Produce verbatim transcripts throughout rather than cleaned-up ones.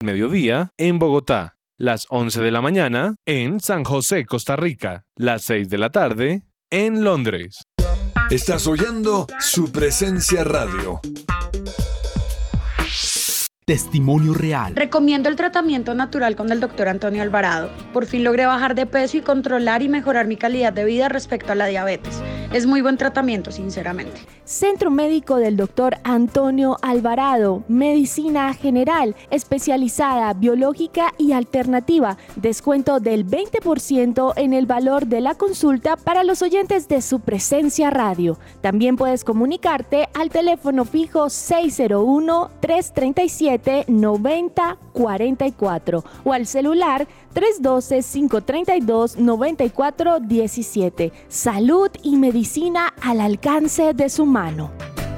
mediodía en Bogotá, las once de la mañana en San José, Costa Rica, las seis de la tarde en Londres. Estás oyendo Su Presencia Radio. Testimonio real. Recomiendo el tratamiento natural con el doctor Antonio Alvarado. Por fin logré bajar de peso y controlar y mejorar mi calidad de vida respecto a la diabetes. Es muy buen tratamiento, sinceramente. Centro Médico del doctor Antonio Alvarado. Medicina general, especializada, biológica y alternativa. Descuento del veinte por ciento en el valor de la consulta para los oyentes de Su Presencia Radio. También puedes comunicarte al teléfono fijo seis cero uno, tres tres siete, nueve cero cuatro cuatro o al celular tres uno dos, cinco tres dos, nueve cuatro uno siete. Salud y medicina al alcance de su mano.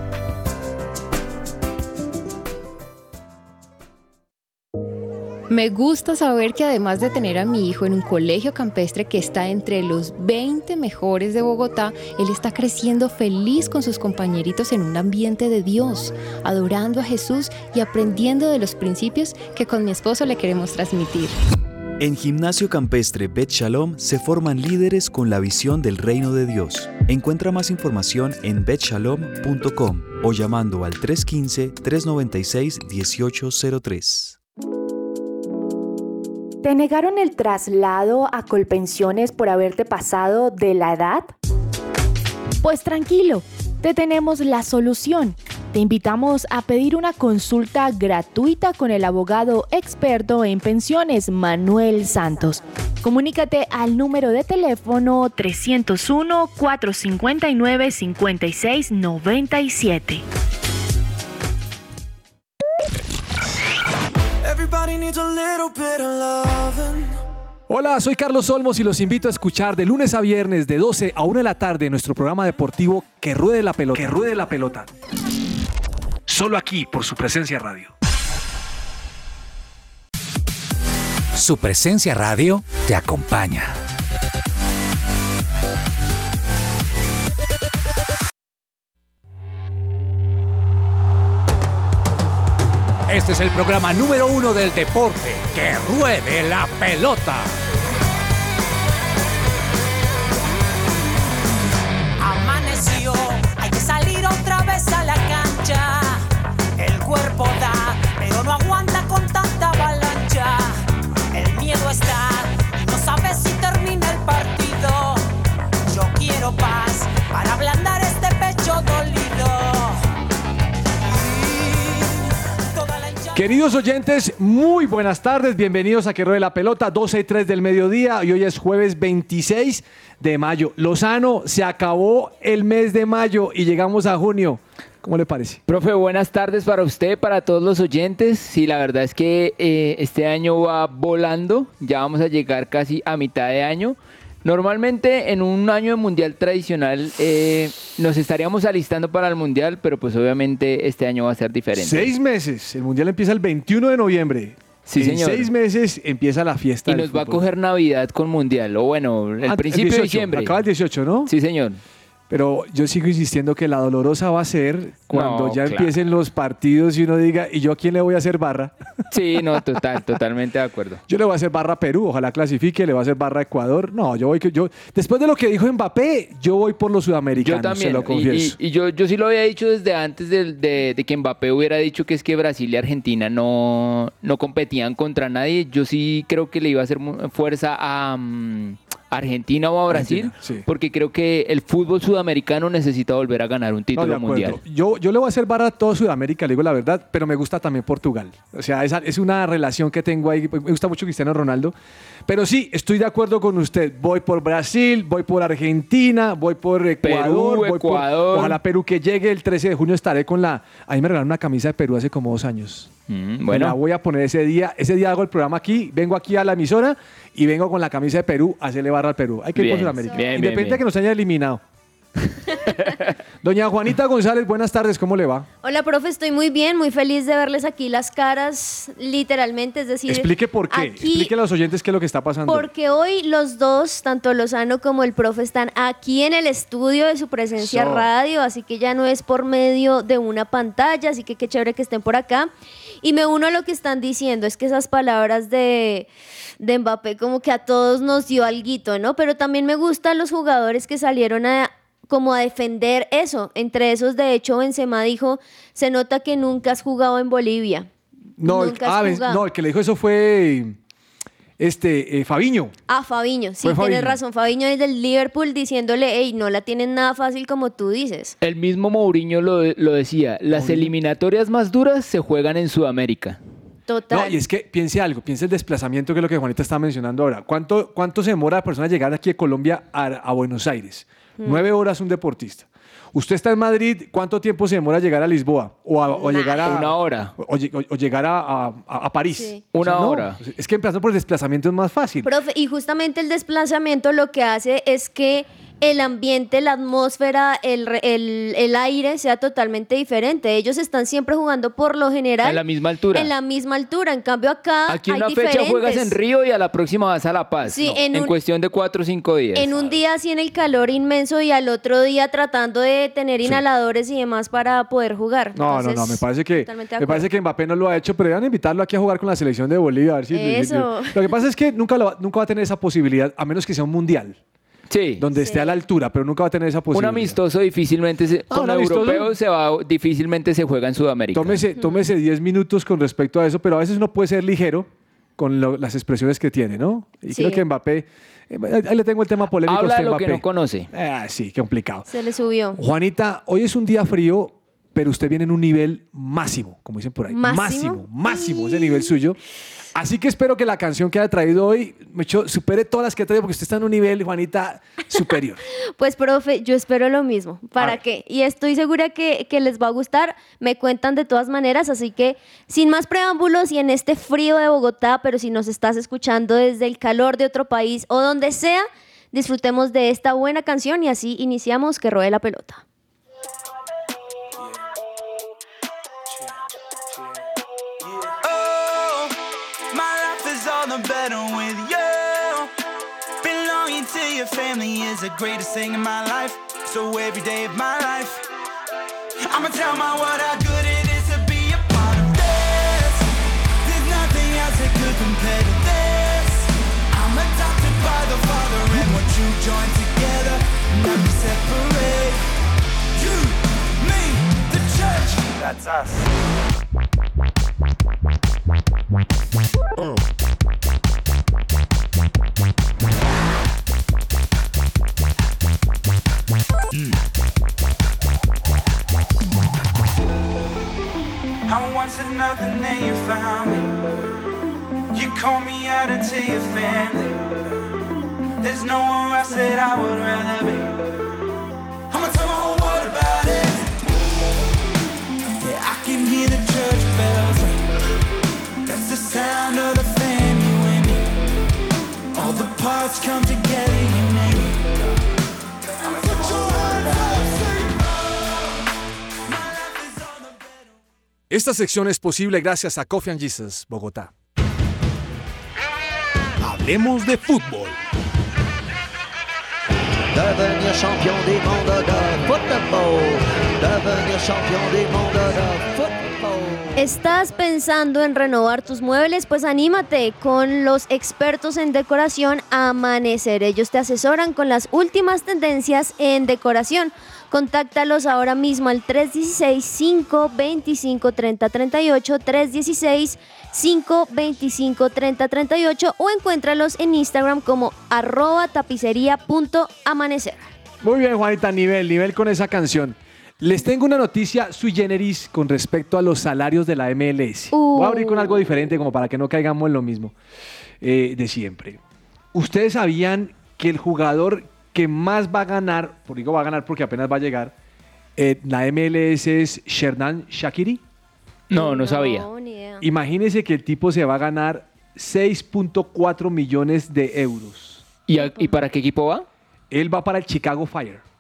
Me gusta saber que además de tener a mi hijo en un colegio campestre que está entre los veinte mejores de Bogotá, él está creciendo feliz con sus compañeritos en un ambiente de Dios, adorando a Jesús y aprendiendo de los principios que con mi esposo le queremos transmitir. En Gimnasio Campestre Bet Shalom se forman líderes con la visión del reino de Dios. Encuentra más información en bet shalom punto com o llamando al tres uno cinco, tres nueve seis, uno ocho cero tres. ¿Te negaron el traslado a Colpensiones por haberte pasado de la edad? Pues tranquilo, te tenemos la solución. Te invitamos a pedir una consulta gratuita con el abogado experto en pensiones, Manuel Santos. Comunícate al número de teléfono tres cero uno, cuatro cinco nueve, cinco seis nueve siete. Hola, soy Carlos Olmos y los invito a escuchar de lunes a viernes de doce a una de la tarde nuestro programa deportivo Que Ruede la Pelota. Que Ruede la Pelota. Solo aquí por Su Presencia Radio. Su Presencia Radio te acompaña. Este es el programa número uno del deporte. ¡Que ruede la pelota! Amaneció, hay que salir otra vez a la cancha. El cuerpo da, pero no aguanta con tanta avalancha. El miedo está, y no sabes si termina el partido. Yo quiero paz para ablandar este pecho dolido. Queridos oyentes, muy buenas tardes, bienvenidos a Que Ruede la Pelota, doce y tres del mediodía y hoy es jueves veintiséis de mayo. Lozano, se acabó el mes de mayo y llegamos a junio. ¿Cómo le parece? Profe, buenas tardes para usted, para todos los oyentes. Sí, la verdad es que eh, este año va volando, ya vamos a llegar casi a mitad de año. Normalmente en un año de mundial tradicional eh, nos estaríamos alistando para el mundial, pero pues obviamente este año va a ser diferente. Seis meses, el mundial empieza el veintiuno de noviembre. Sí, en señor. seis meses empieza la fiesta. Y nos fútbol. va a coger Navidad con mundial, o bueno, el ah, principio el dieciocho, de diciembre. Acaba el dieciocho, ¿no? Sí, señor. Pero yo sigo insistiendo que la dolorosa va a ser cuando no, ya claro. empiecen los partidos y uno diga, ¿y yo a quién le voy a hacer barra? Sí, no, total, totalmente de acuerdo. Yo le voy a hacer barra a Perú, ojalá clasifique, le voy a hacer barra a Ecuador. No, yo voy, yo después de lo que dijo Mbappé, yo voy por los sudamericanos, yo también, se lo confieso. Y, y, y yo, yo sí lo había dicho desde antes de, de, de que Mbappé hubiera dicho que es que Brasil y Argentina no, no competían contra nadie. Yo sí creo que le iba a hacer fuerza a... Um, Argentina o a Brasil, Argentina, sí. Porque creo que el fútbol sudamericano necesita volver a ganar un título no, mundial. Yo, yo le voy a hacer barra a todo Sudamérica, le digo la verdad, pero me gusta también Portugal. O sea, esa es una relación que tengo ahí. Me gusta mucho Cristiano Ronaldo. Pero sí, estoy de acuerdo con usted. Voy por Brasil, voy por Argentina, voy por Ecuador. Perú, voy Ecuador. Por, ojalá Perú que llegue el trece de junio estaré con la... A mí me regalaron una camisa de Perú hace como dos años. Mm, bueno. bueno. La voy a poner ese día. Ese día hago el programa aquí, vengo aquí a la emisora y vengo con la camisa de Perú a hacerle barra al Perú. Hay que ir bien, por Sudamérica. Bien, Independiente bien, bien. de que nos haya eliminado. Doña Juanita González, buenas tardes, ¿cómo le va? Hola, profe, estoy muy bien, muy feliz de verles aquí las caras, literalmente, es decir... Explique por qué, aquí, explique a los oyentes qué es lo que está pasando. Porque hoy los dos, tanto Lozano como el profe, están aquí en el estudio de su presencia So. radio, así que ya no es por medio de una pantalla, así que qué chévere que estén por acá. Y me uno a lo que están diciendo, es que esas palabras de, de Mbappé como que a todos nos dio alguito, ¿no? Pero también me gustan los jugadores que salieron a... como a defender eso. Entre esos, de hecho, Benzema dijo, se nota que nunca has jugado en Bolivia. No, el, Nunca has ah, jugado. no, el que le dijo eso fue este eh, Fabiño. Ah, Fabiño, sí, Fue tienes Fabiño. razón. Fabiño es del Liverpool diciéndole, hey, no la tienen nada fácil como tú dices. El mismo Mourinho lo, lo decía, las eliminatorias más duras se juegan en Sudamérica. Total. No, y es que piense algo, piense el desplazamiento, que es lo que Juanita está mencionando ahora. ¿Cuánto, cuánto se demora la persona llegar aquí de Colombia a, a Buenos Aires? Mm. Nueve horas un deportista. Usted está en Madrid, ¿cuánto tiempo se demora llegar a Lisboa? O, a, o llegar a... Una hora. O, o- o llegar a, a- a París. Sí. Una no, hora. Es que empezando por el desplazamiento es más fácil. Profe, y justamente el desplazamiento lo que hace es que el ambiente, la atmósfera, el, re- el, el aire sea totalmente diferente. Ellos están siempre jugando por lo general En la misma altura. en la misma altura. En cambio acá Aquí hay una fecha diferentes. juegas en Río y a la próxima vas a La Paz. Sí, No, en en un- cuestión de cuatro o cinco días. En un día así en el calor inmenso y al otro día tratando de tener inhaladores y demás para poder jugar. No, Entonces, no, no, me parece que totalmente de me acuerdo. parece que Mbappé no lo ha hecho, pero deberían invitarlo aquí a jugar con la selección de Bolivia a ver si Eso. Lo que pasa es que nunca lo va- nunca va a tener esa posibilidad, a menos que sea un mundial, Sí. donde esté a la altura, pero nunca va a tener esa Un posibilidad. amistoso difícilmente se, Ah, con un amistoso. europeos se va, difícilmente se juega en Sudamérica. Tómese, tómese diez minutos con respecto a eso, pero a veces uno puede ser ligero con lo- las expresiones que tiene, ¿no? Y Sí. creo que Mbappé, eh, ahí le tengo el tema polémico. a Habla usted, de lo que Mbappé. no conoce. Ah, sí, qué complicado. Se le subió. Juanita, hoy es un día frío, pero usted viene en un nivel máximo, como dicen por ahí. ¿Máximo? Máximo, máximo ese nivel suyo. Así que espero que la canción que haya traído hoy me echo- supere todas las que he traído, porque usted está en un nivel, Juanita, superior. Pues, profe, yo espero lo mismo. A ¿Para ver. qué? Y estoy segura que, que les va a gustar. Me cuentan de todas maneras. Así que, sin más preámbulos y en este frío de Bogotá, pero si nos estás escuchando desde el calor de otro país o donde sea, disfrutemos de esta buena canción y así iniciamos Que Ruede la Pelota. Oh, my life is all the better with you. Belonging to your family is the greatest thing in my life. So every day of my life, I'ma tell my world how good it is to be a part of this. There's nothing else that could compare to this. I'm adopted by the Father, and what you join together, never separate. You, me, the church, that's us. I wanted nothing, then you found me. You called me out into your family. There's no one else that I would rather be. I'ma tell my whole world about it. Yeah, I can hear the church bells ring. That's the sound of the family with me. All the parts come together, you name it. I'ma put your hands up, sing. My life is all the better. Esta sección es posible gracias a Coffee and Jesus, Bogotá. Hablemos de fútbol. Devenir champion du monde de football. Devenir champion du monde de football. ¿Estás pensando en renovar tus muebles? Pues anímate con los expertos en decoración Amanecer. Ellos te asesoran con las últimas tendencias en decoración. Contáctalos ahora mismo al tres uno seis, cinco dos cinco, tres cero tres ocho, tres uno seis, cinco dos cinco, tres cero tres ocho o encuéntralos en Instagram como arroba tapicería punto amanecer. Muy bien, Juanita, nivel, nivel con esa canción. Les tengo una noticia sui generis con respecto a los salarios de la M L S. Uh. Voy a abrir con algo diferente como para que no caigamos en lo mismo eh, de siempre. ¿Ustedes sabían que el jugador que más va a ganar, por digo va a ganar porque apenas va a llegar, eh, la M L S es Sherdan Shaqiri? No, no sabía. No, ni idea. Imagínense que el tipo se va a ganar seis punto cuatro millones de euros. ¿Y, a- ¿Y para qué equipo va? Él va para el Chicago Fire.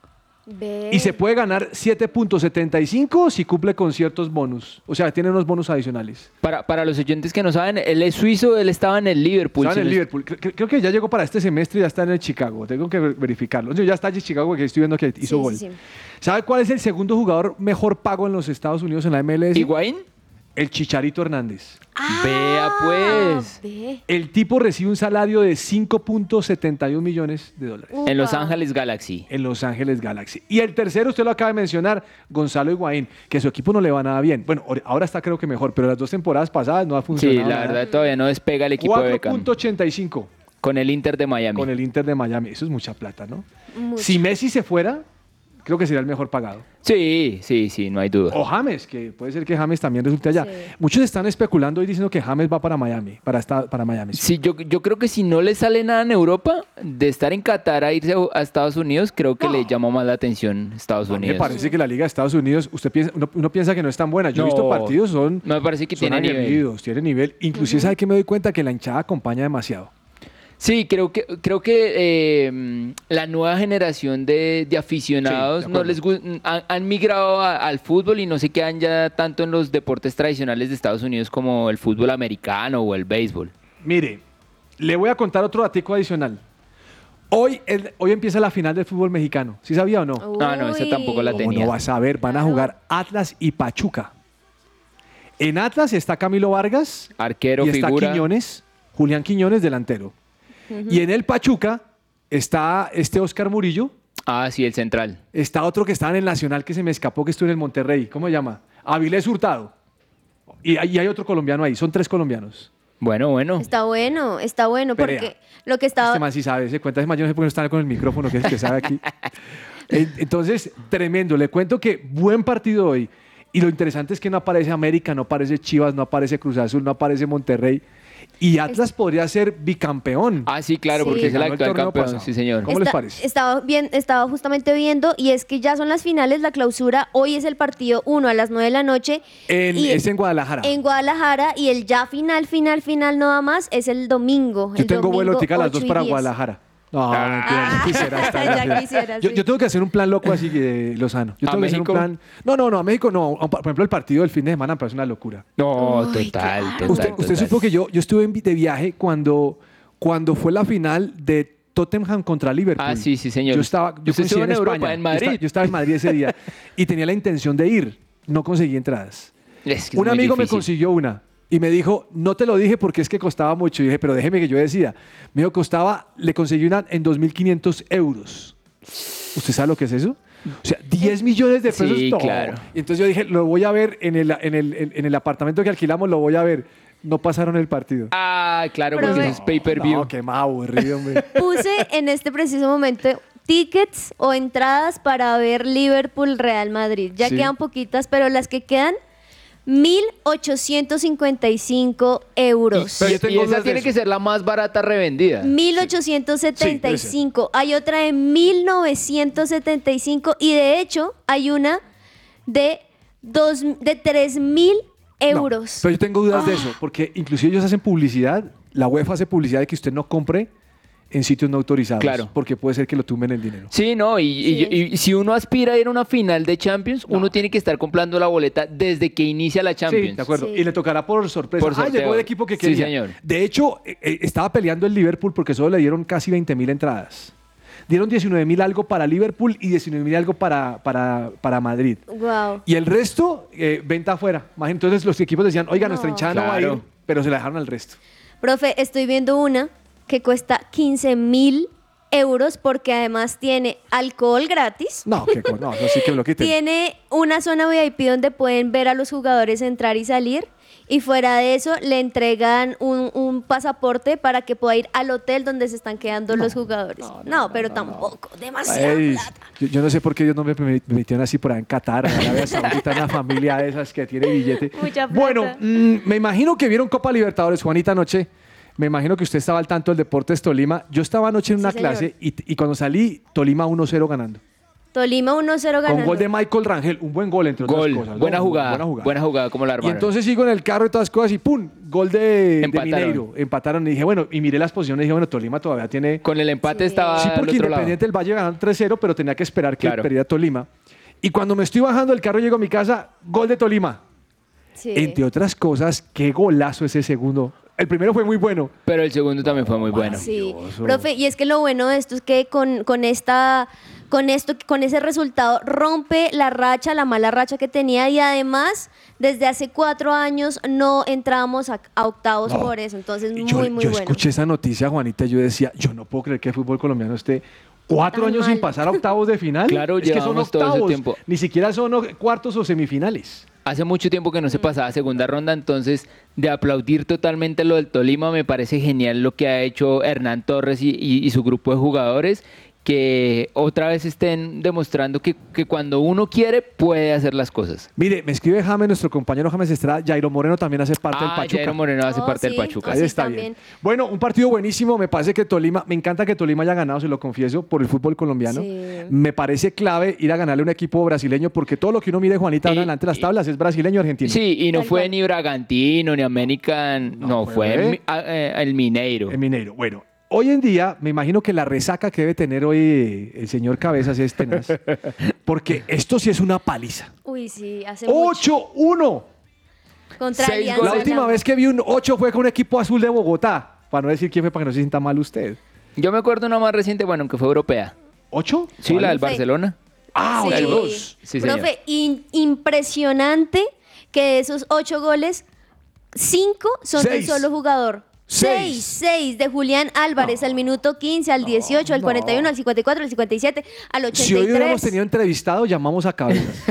Ve. Y se puede ganar siete punto setenta y cinco si cumple con ciertos bonus. O sea, tiene unos bonus adicionales. Para, para los oyentes que no saben, él es suizo, él estaba en el Liverpool. Estaba en si el no es- Liverpool. Cre- Creo que ya llegó para este semestre y ya está en el Chicago. Tengo que ver- verificarlo. No, ya está en Chicago, que estoy viendo que hizo Sí, gol. sí, sí. ¿Sabe cuál es el segundo jugador mejor pago en los Estados Unidos en la M L S? ¿Higuaín? El Chicharito Hernández. Vea pues. Ve. El tipo recibe un salario de cinco punto setenta y un millones de dólares. En Los Upa. Ángeles Galaxy. En Los Ángeles Galaxy. Y el tercero, usted lo acaba de mencionar, Gonzalo Higuaín, que su equipo no le va nada bien. Bueno, or- ahora está creo que mejor, pero las dos temporadas pasadas no ha Sí, funcionado. la nada. verdad todavía no despega el equipo de cuatro Beckham. punto ochenta y cinco Con el Inter de Miami. con el Inter de Miami. Eso es mucha plata, ¿no? Mucho. Si Messi se fuera, creo que sería el mejor pagado. Sí, sí, sí, no hay duda. O James, que puede ser que James también resulte allá. Sí. Muchos están especulando y diciendo que James va para Miami, para, esta- para Miami. Sí, yo, yo creo que si no le sale nada en Europa, de estar en Qatar a irse a Estados Unidos, creo que le llama más la atención Estados Me Unidos. parece que la Liga de Estados Unidos, usted piensa, uno, uno piensa que no es tan buena. Yo he No, visto partidos, son, me parece que son tiene nivel. aguerridos, tiene nivel. Inclusive, ¿sabe que me doy cuenta? Que la hinchada acompaña demasiado. Sí, creo que creo que eh, la nueva generación de, de aficionados Sí, de no acuerdo. les gu- han, han migrado a- al fútbol y no se quedan ya tanto en los deportes tradicionales de Estados Unidos como el fútbol americano o el béisbol. Mire, le voy a contar otro datico adicional. Hoy, el- hoy empieza la final del fútbol mexicano. ¿Sí sabía o no? Ah, no, esa tampoco la ¿Cómo tenía. no vas a ver? Van a jugar Atlas y Pachuca. En Atlas está Camilo Vargas. Arquero, y está figura. Quiñones, Julián Quiñones, delantero. Y en el Pachuca está este Oscar Murillo. Ah, sí, el central. Está otro que estaba en el Nacional que se me escapó, que estuvo en el Monterrey. ¿Cómo se llama? Avilés Hurtado. Y, y hay otro colombiano ahí. Son tres colombianos. Bueno, bueno. Está bueno, está bueno, Perea. porque lo que estaba... Este man sí sabe. Se cuenta, ese man, yo no sé por qué no está con el micrófono, que es el que sabe aquí. En- Entonces, tremendo. Le cuento que buen partido hoy. Y lo interesante es que no aparece América, no aparece Chivas, no aparece Cruz Azul, no aparece Monterrey. Y Atlas podría ser bicampeón. Ah, sí, claro, Sí. porque es el Ganó el actual torneo campeón. pasado. Sí, señor. ¿Cómo les Está- parece? Estaba, bien, estaba justamente viendo y es que ya son las finales, la clausura. Hoy es el partido uno a las nueve de la noche. En- y es en Guadalajara. En Guadalajara y el ya final, final, final nada más es el domingo. Yo el tengo domingo vuelo tica a las dos ocho y para diez. Guadalajara. No, Ah. mentira, yo quisiera estar. Ya allá. quisiera, yo, sí. yo tengo que hacer un plan loco así de Lozano. Yo ¿A tengo que hacer México? un plan. No, no, no, a México no. Por ejemplo, el partido del fin de semana me parece una locura. No, Uy, total, claro. total, Usted, total. usted supo que yo, yo estuve en vi- de viaje cuando, cuando fue la final de Tottenham contra Liverpool. Ah, sí, sí, señor. Yo estaba, yo Usted coincidí estuvo en Europa, España. en Yo Madrid. estaba, yo estaba en Madrid ese día y tenía la intención de ir. No conseguí entradas. Es que es Un muy amigo me difícil. consiguió una y me dijo, no te lo dije porque es que costaba mucho. Y dije, pero déjeme que yo decida. Me dijo, costaba, le conseguí una en dos mil quinientos euros. ¿Usted sabe lo que es eso? O sea, diez millones de pesos. Sí, no. claro. Y entonces yo dije, lo voy a ver en el, en el, en, en el apartamento que alquilamos, lo voy a ver. No pasaron el partido. Ah, claro, Pero porque ve- eso es pay-per-view. No, qué más aburrido, hombre. Puse en este preciso momento tickets o entradas para ver Liverpool Real Madrid. Ya Sí. quedan poquitas, pero las que quedan, mil ochocientos cincuenta y cinco euros. Pero yo Y tengo esa dudas de tiene eso. que ser la más barata revendida. mil ochocientos setenta y cinco. Hay otra de mil novecientos setenta y cinco y de hecho hay una de, dos, de tres mil euros. No, pero yo tengo dudas Ah. de eso, porque inclusive ellos hacen publicidad, la UEFA hace publicidad de que usted no compre en sitios no autorizados. Claro. Porque puede ser que lo tumben el dinero. Sí, no, y, y- Sí. y si uno aspira a ir a una final de Champions, uno tiene que estar comprando la boleta desde que inicia la Champions. Sí, de acuerdo. Sí. Y le tocará por sorpresa. Por ah, sorteo. llegó el equipo que Sí, quería. señor. De hecho, eh, eh, estaba peleando el Liverpool porque solo le dieron casi veinte mil entradas. Dieron diecinueve mil algo para Liverpool y diecinueve mil algo para, para, para Madrid. Wow. Y el resto, eh, venta afuera. Imagínate, entonces los equipos decían, oiga, nuestra No. hinchada no va a ir, Claro. pero se la dejaron al resto. Profe, estoy viendo una que cuesta quince mil euros porque además tiene alcohol gratis. No, qué co- no, eso sí que me lo quiten. Tiene una zona V I P donde pueden ver a los jugadores entrar y salir. Y fuera de eso, le entregan un, un pasaporte para que pueda ir al hotel donde se están quedando los jugadores. No, pero tampoco. Demasiado Ay, plata. yo, yo no sé por qué ellos no me permi- permitieron así por ahí en Qatar, en Arabia Saudita, una familia de esas que tiene billete. Mucha plata. Bueno, mm, me imagino que vieron Copa Libertadores, Juanita, anoche. Me imagino que usted estaba al tanto del Deportes Tolima. Yo estaba anoche en Sí, una señor. clase y, y cuando salí, Tolima uno cero ganando. Tolima uno cero ganando. Con gol de Michael Rangel, un buen gol entre otras Gol, cosas. ¿no? buena, jugada, buena jugada, buena jugada, como la Y armaron. entonces sigo en el carro y todas las cosas y ¡pum! Gol de, de Empataron. Mineiro. Empataron y dije, bueno, y miré las posiciones y dije, bueno, Tolima todavía tiene... Con el empate estaba Sí, al porque otro lado. Independiente del Valle ganó tres cero, pero tenía que esperar que Claro. perdiera Tolima. Y cuando me estoy bajando del carro llego a mi casa, gol de Tolima. Sí. Entre otras cosas, qué golazo ese segundo. El primero fue muy bueno. Pero el segundo también fue muy bueno. Sí, profe, y es que lo bueno de esto es que con, con esta, con esto, con ese resultado rompe la racha, la mala racha que tenía y además desde hace cuatro años no entramos a, a octavos No. por eso, entonces muy, Yo, muy yo bueno. escuché esa noticia, Juanita, y yo decía, yo no puedo creer que el fútbol colombiano esté cuatro Tan años mal. sin pasar a octavos de final. Claro, es que son llevamos todo ese octavos, tiempo. ni siquiera son o- cuartos o semifinales. Hace mucho tiempo que no se pasaba a segunda ronda, entonces de aplaudir totalmente lo del Tolima, me parece genial lo que ha hecho Hernán Torres y, y- y su grupo de jugadores, que otra vez estén demostrando que, que cuando uno quiere puede hacer las cosas. Mire, me escribe James, nuestro compañero James Estrada, Jairo Moreno también hace parte del Ah, Pachuca. Jairo Moreno hace Oh, parte del sí, Pachuca. Ahí sí, está también. bien. Bueno, un partido buenísimo. Me parece que Tolima, me encanta que Tolima haya ganado, se lo confieso, por el fútbol colombiano. Sí. Me parece clave ir a ganarle a un equipo brasileño porque todo lo que uno mire, Juanita, ahora Y- adelante las tablas es brasileño o argentino. Sí, y no Tal fue cual. ni Bragantino, ni American, no, No, fue, fue- el, mi- ah, eh, el Mineiro. El Mineiro. Bueno, hoy en día me imagino que la resaca que debe tener hoy el señor Cabezas es tenaz. Porque esto sí es una paliza. Uy, sí, hace mucho. ocho uno. Contra seis Alianza La última Lima. vez que vi un ocho fue con un equipo azul de Bogotá. Para no decir quién fue, para que no se sienta mal usted. Yo me acuerdo una más reciente, bueno, que fue europea. ¿Ocho? Sí, la del Profe. Barcelona. Ah, Sí. ocho dos. Sí, señor. Profe, in- impresionante que de esos ocho goles, cinco son de un Seis. solo jugador. Seis. Seis, seis de Julián Álvarez al minuto quince, al dieciocho, al no. cuarenta y uno, al cincuenta y cuatro, al cincuenta y siete, al ochenta y tres. Si hoy hubiéramos tenido entrevistado, llamamos a Cabezas.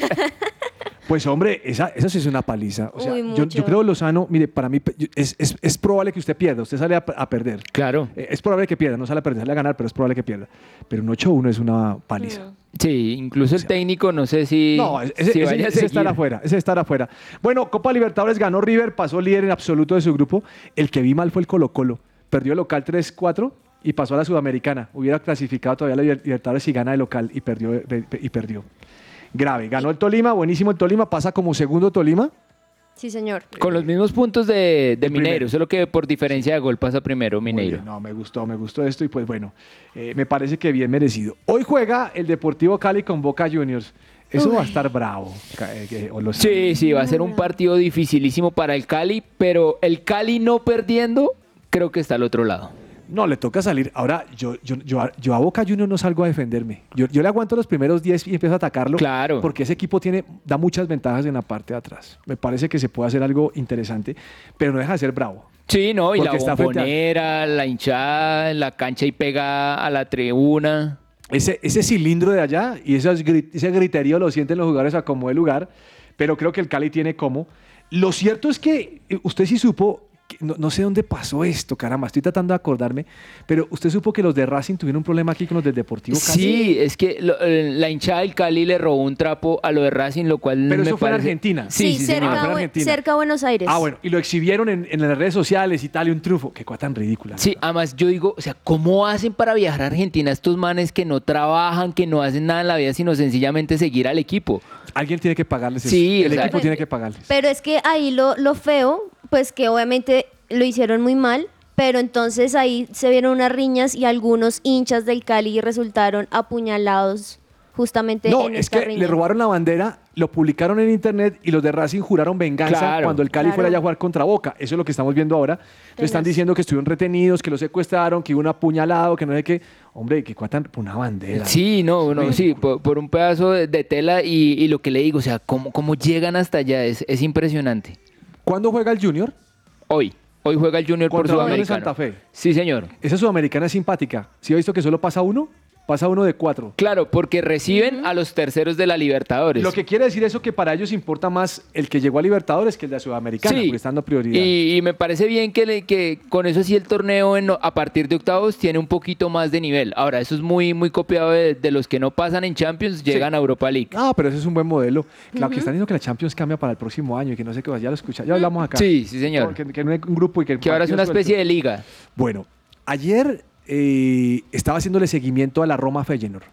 Pues hombre, esa, esa sí es una paliza. O sea, Uy, yo, mucho. yo creo, Lozano, mire, para mí yo- es, es, es probable que usted pierda. Usted sale a, a perder. Claro. Eh, Es probable que pierda, no sale a perder, sale a ganar, pero es probable que pierda. Pero un ocho uno es una paliza. Sí, incluso el técnico, no sé si, No, ese, si ese, vaya a ese estará seguir. afuera, ese estará afuera. Bueno, Copa Libertadores ganó River, pasó líder en absoluto de su grupo. El que vi mal fue el Colo-Colo. Perdió el local tres cuatro y pasó a la Sudamericana. Hubiera clasificado todavía a la Liber- Libertadores si gana el local y perdió. Y perdió. Grave. Ganó el Tolima, buenísimo el Tolima, pasa como segundo Tolima. Sí, señor. Con los mismos puntos de, de El Mineiro, primero. solo que por diferencia de gol pasa primero Muy Mineiro. bien, no, me gustó, me gustó esto y pues bueno, eh, me parece que bien merecido. Hoy juega el Deportivo Cali con Boca Juniors. Eso va a estar bravo. ca- eh, que- o lo Sí, sí, va a ser un partido dificilísimo para el Cali, pero el Cali no perdiendo, creo que está al otro lado. No, le toca salir. Ahora, yo, yo, yo, a- yo a Boca Juniors no salgo a defenderme. Yo, yo le aguanto los primeros diez y empiezo a atacarlo. Claro. Porque ese equipo tiene, da muchas ventajas en la parte de atrás. Me parece que se puede hacer algo interesante, pero no deja de ser bravo. Sí, no, y Porque la está frente a- bombonera, la hinchada, la cancha y pega a la tribuna. Ese, ese cilindro de allá y esos gri- ese griterío lo sienten los jugadores a como de lugar, pero creo que el Cali tiene como. Lo cierto es que eh, usted sí supo, que- no, no sé dónde pasó esto, caramba, estoy tratando de acordarme, pero usted supo que los de Racing tuvieron un problema aquí con los del Deportivo Cali. Sí, es que lo- eh, la hinchada del Cali le robó un trapo a lo de Racing, lo cual Pero me eso fue en parece- Argentina. Sí, Sí, sí, cerca, señor. fue en a Bue- Argentina. cerca a Buenos Aires. Ah, bueno, y lo exhibieron en, en las redes sociales y tal, y un triunfo. Qué cosa tan ridícula. Sí, además yo digo, o sea, ¿cómo hacen para viajar a Argentina estos manes que no trabajan, que no hacen nada en la vida, sino sencillamente seguir al equipo? Alguien tiene que pagarles eso. Sí, el o sea, equipo tiene que pagarles. Pero es que ahí lo, lo feo, pues que obviamente lo hicieron muy mal, pero entonces ahí se vieron unas riñas y algunos hinchas del Cali resultaron apuñalados justamente No, en es esta que riña. le robaron la bandera, lo publicaron en internet y los de Racing juraron venganza Claro, cuando el Cali claro. fuera allá a jugar contra Boca. Eso es lo que estamos viendo ahora. Le están Tenaz. diciendo que estuvieron retenidos, que los secuestraron, que hubo un apuñalado, que no sé qué. Hombre, que cuatan una bandera. Sí, no, no, sí, por, por un pedazo de, de tela y, y lo que le digo, o sea, cómo, cómo llegan hasta allá, es, es impresionante. ¿Cuándo juega el Junior? Hoy, hoy juega el Junior por Contra Unión de Sudamericano. Santa Fe. Sí, señor. Esa sudamericana es simpática. ¿Sí ha visto que solo pasa uno? Pasa uno de cuatro. Claro, porque reciben a los terceros de la Libertadores. Lo que quiere decir eso que para ellos importa más el que llegó a Libertadores que el de la Sudamericana, Sí. porque están dando prioridad. Y, y me parece bien que, le- que con eso sí el torneo en- a partir de octavos tiene un poquito más de nivel. Ahora, eso es muy, muy copiado de, de los que no pasan en Champions, llegan a Europa League. Ah, pero ese es un buen modelo. Claro, que están diciendo que la Champions cambia para el próximo año y que no sé qué, ya lo escucha, ya hablamos acá. Sí, sí, señor. Que, que no hay un grupo y que, el Que ahora es partido una suelto. especie de liga. Bueno, ayer eh, estaba haciéndole seguimiento a la Roma Feyenoord.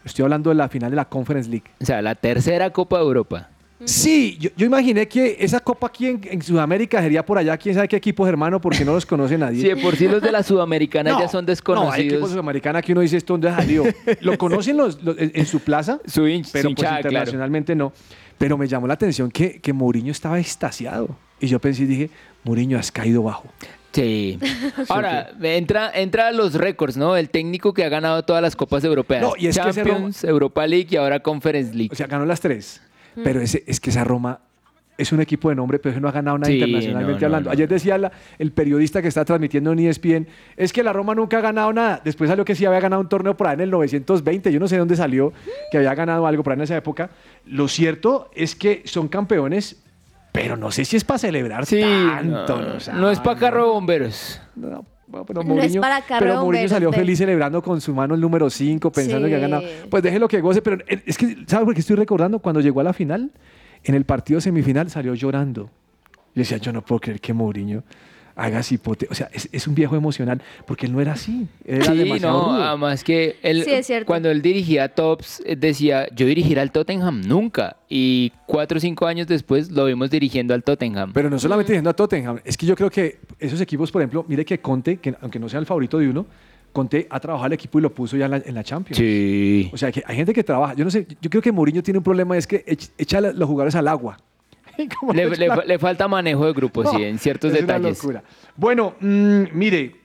Estoy hablando de la final de la Conference League. O sea, la tercera Copa de Europa. Sí, yo, yo imaginé que esa copa aquí en, en Sudamérica sería por allá, quién sabe qué equipos, hermano, porque no los conoce nadie. Sí, de por sí los de la Sudamericana No, ya son desconocidos. No, hay equipos sudamericanos que uno dice esto dónde salió. Lo conocen los, los- en, en su plaza, Su hinch- pero su pues hinchada, claro. internacionalmente no. Pero me llamó la atención que, que Mourinho estaba extasiado. Y yo pensé y dije, Mourinho, has caído bajo. Sí. Ahora, entra, entra a los récords, ¿no? El técnico que ha ganado todas las copas europeas. No, y es que ese Champions, Europa League y ahora Conference League. O sea, ganó las tres. Pero ese, es que esa Roma es un equipo de nombre, pero ese no ha ganado nada Sí, internacionalmente no, no, hablando. no. Ayer decía la- el periodista que está transmitiendo en E S P N, es que la Roma nunca ha ganado nada. Después salió que sí había ganado un torneo por ahí en el novecientos veinte. Yo no sé de dónde salió que había ganado algo por ahí en esa época. Lo cierto es que son campeones, pero no sé si es para celebrar Sí, tanto. no, o sea, no es para carro de bomberos. no, bueno, pero No es Mourinho- para carro pero de Mourinho bomberos, salió ve. feliz celebrando con su mano el número cinco, pensando Sí. que ha ganado. Pues déjelo que goce, pero eh, es que, ¿sabes por qué estoy recordando? Cuando llegó a la final, en el partido semifinal salió llorando. Yo decía, yo no puedo creer que Mourinho haga así. pote- O sea, es, es un viejo emocional, porque él no era así. Él era Sí, demasiado no, rudo. además que él, Sí, es cierto. cuando él dirigía Tops, eh, decía, yo dirigiré al Tottenham nunca. Y cuatro o cinco años después lo vimos dirigiendo al Tottenham. Pero no solamente diciendo a Tottenham, es que yo creo que esos equipos, por ejemplo, mire que Conte, que aunque no sea el favorito de uno, Conte ha trabajado al equipo y lo puso ya en la, en la Champions. Sí. O sea, que hay gente que trabaja. Yo no sé, yo creo que Mourinho tiene un problema, es que ech- echa a los jugadores al agua. Como Le, echa le- la- le falta manejo de grupo, No, sí, en ciertos es una detalles. locura. Bueno, mm, mire,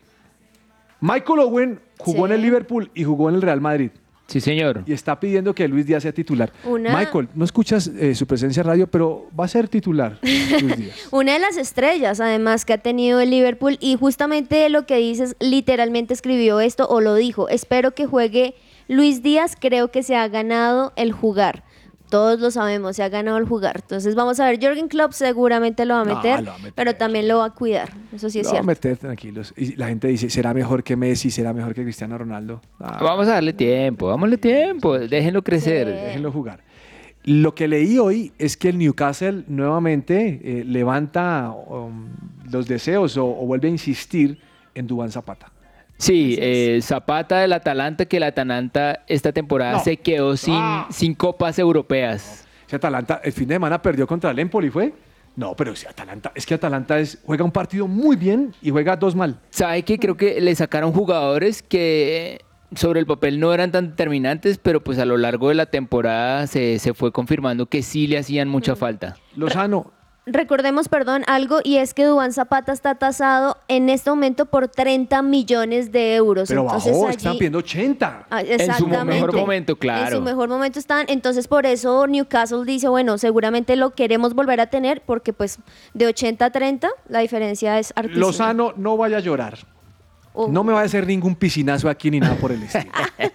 Michael Owen jugó Sí. en el Liverpool y jugó en el Real Madrid. Sí, señor. Y está pidiendo que Luis Díaz sea titular. Una- Michael, no escuchas eh, su presencia en radio, pero va a ser titular Luis Díaz. Una de las estrellas, además, que ha tenido el Liverpool, y justamente lo que dices, literalmente escribió esto o lo dijo. Espero que juegue Luis Díaz, creo que se ha ganado el jugar. Todos lo sabemos, se ha ganado el jugar. Entonces vamos a ver, Jürgen Klopp seguramente lo va a No, meter, lo va a meter. pero también lo va a cuidar. Eso sí es Lo va a cierto. meter tranquilos. Y la gente dice, ¿será mejor que Messi? ¿Será mejor que Cristiano Ronaldo? Ah, Vamos a darle tiempo, dámosle tiempo, déjenlo crecer. Sí. déjenlo jugar. Lo que leí hoy es que el Newcastle nuevamente eh, levanta um, los deseos o, o vuelve a insistir en Duván Zapata. Sí, Así es. eh, Zapata del Atalanta, que el Atalanta esta temporada No. se quedó sin, Ah. sin copas europeas. Ese Atalanta, el fin de semana perdió contra el Empoli, ¿fue? No, pero si Atalanta, es que Atalanta es, juega un partido muy bien y juega dos mal. ¿Sabe que creo que le sacaron jugadores que eh, sobre el papel no eran tan determinantes, pero pues a lo largo de la temporada se, se fue confirmando que sí le hacían mucha falta? Lozano, Recordemos, perdón, algo, y es que Duván Zapata está tasado en este momento por treinta millones de euros. pero Entonces, bajó, allí- están pidiendo ochenta. Ah, En su exactamente. mejor momento, En claro. su mejor momento están, entonces por eso Newcastle dice, bueno, seguramente lo queremos volver a tener porque pues de ochenta a treinta la diferencia es hartísima. Lozano, no vaya a llorar. Oh. No me va a hacer ningún piscinazo aquí ni nada por el estilo.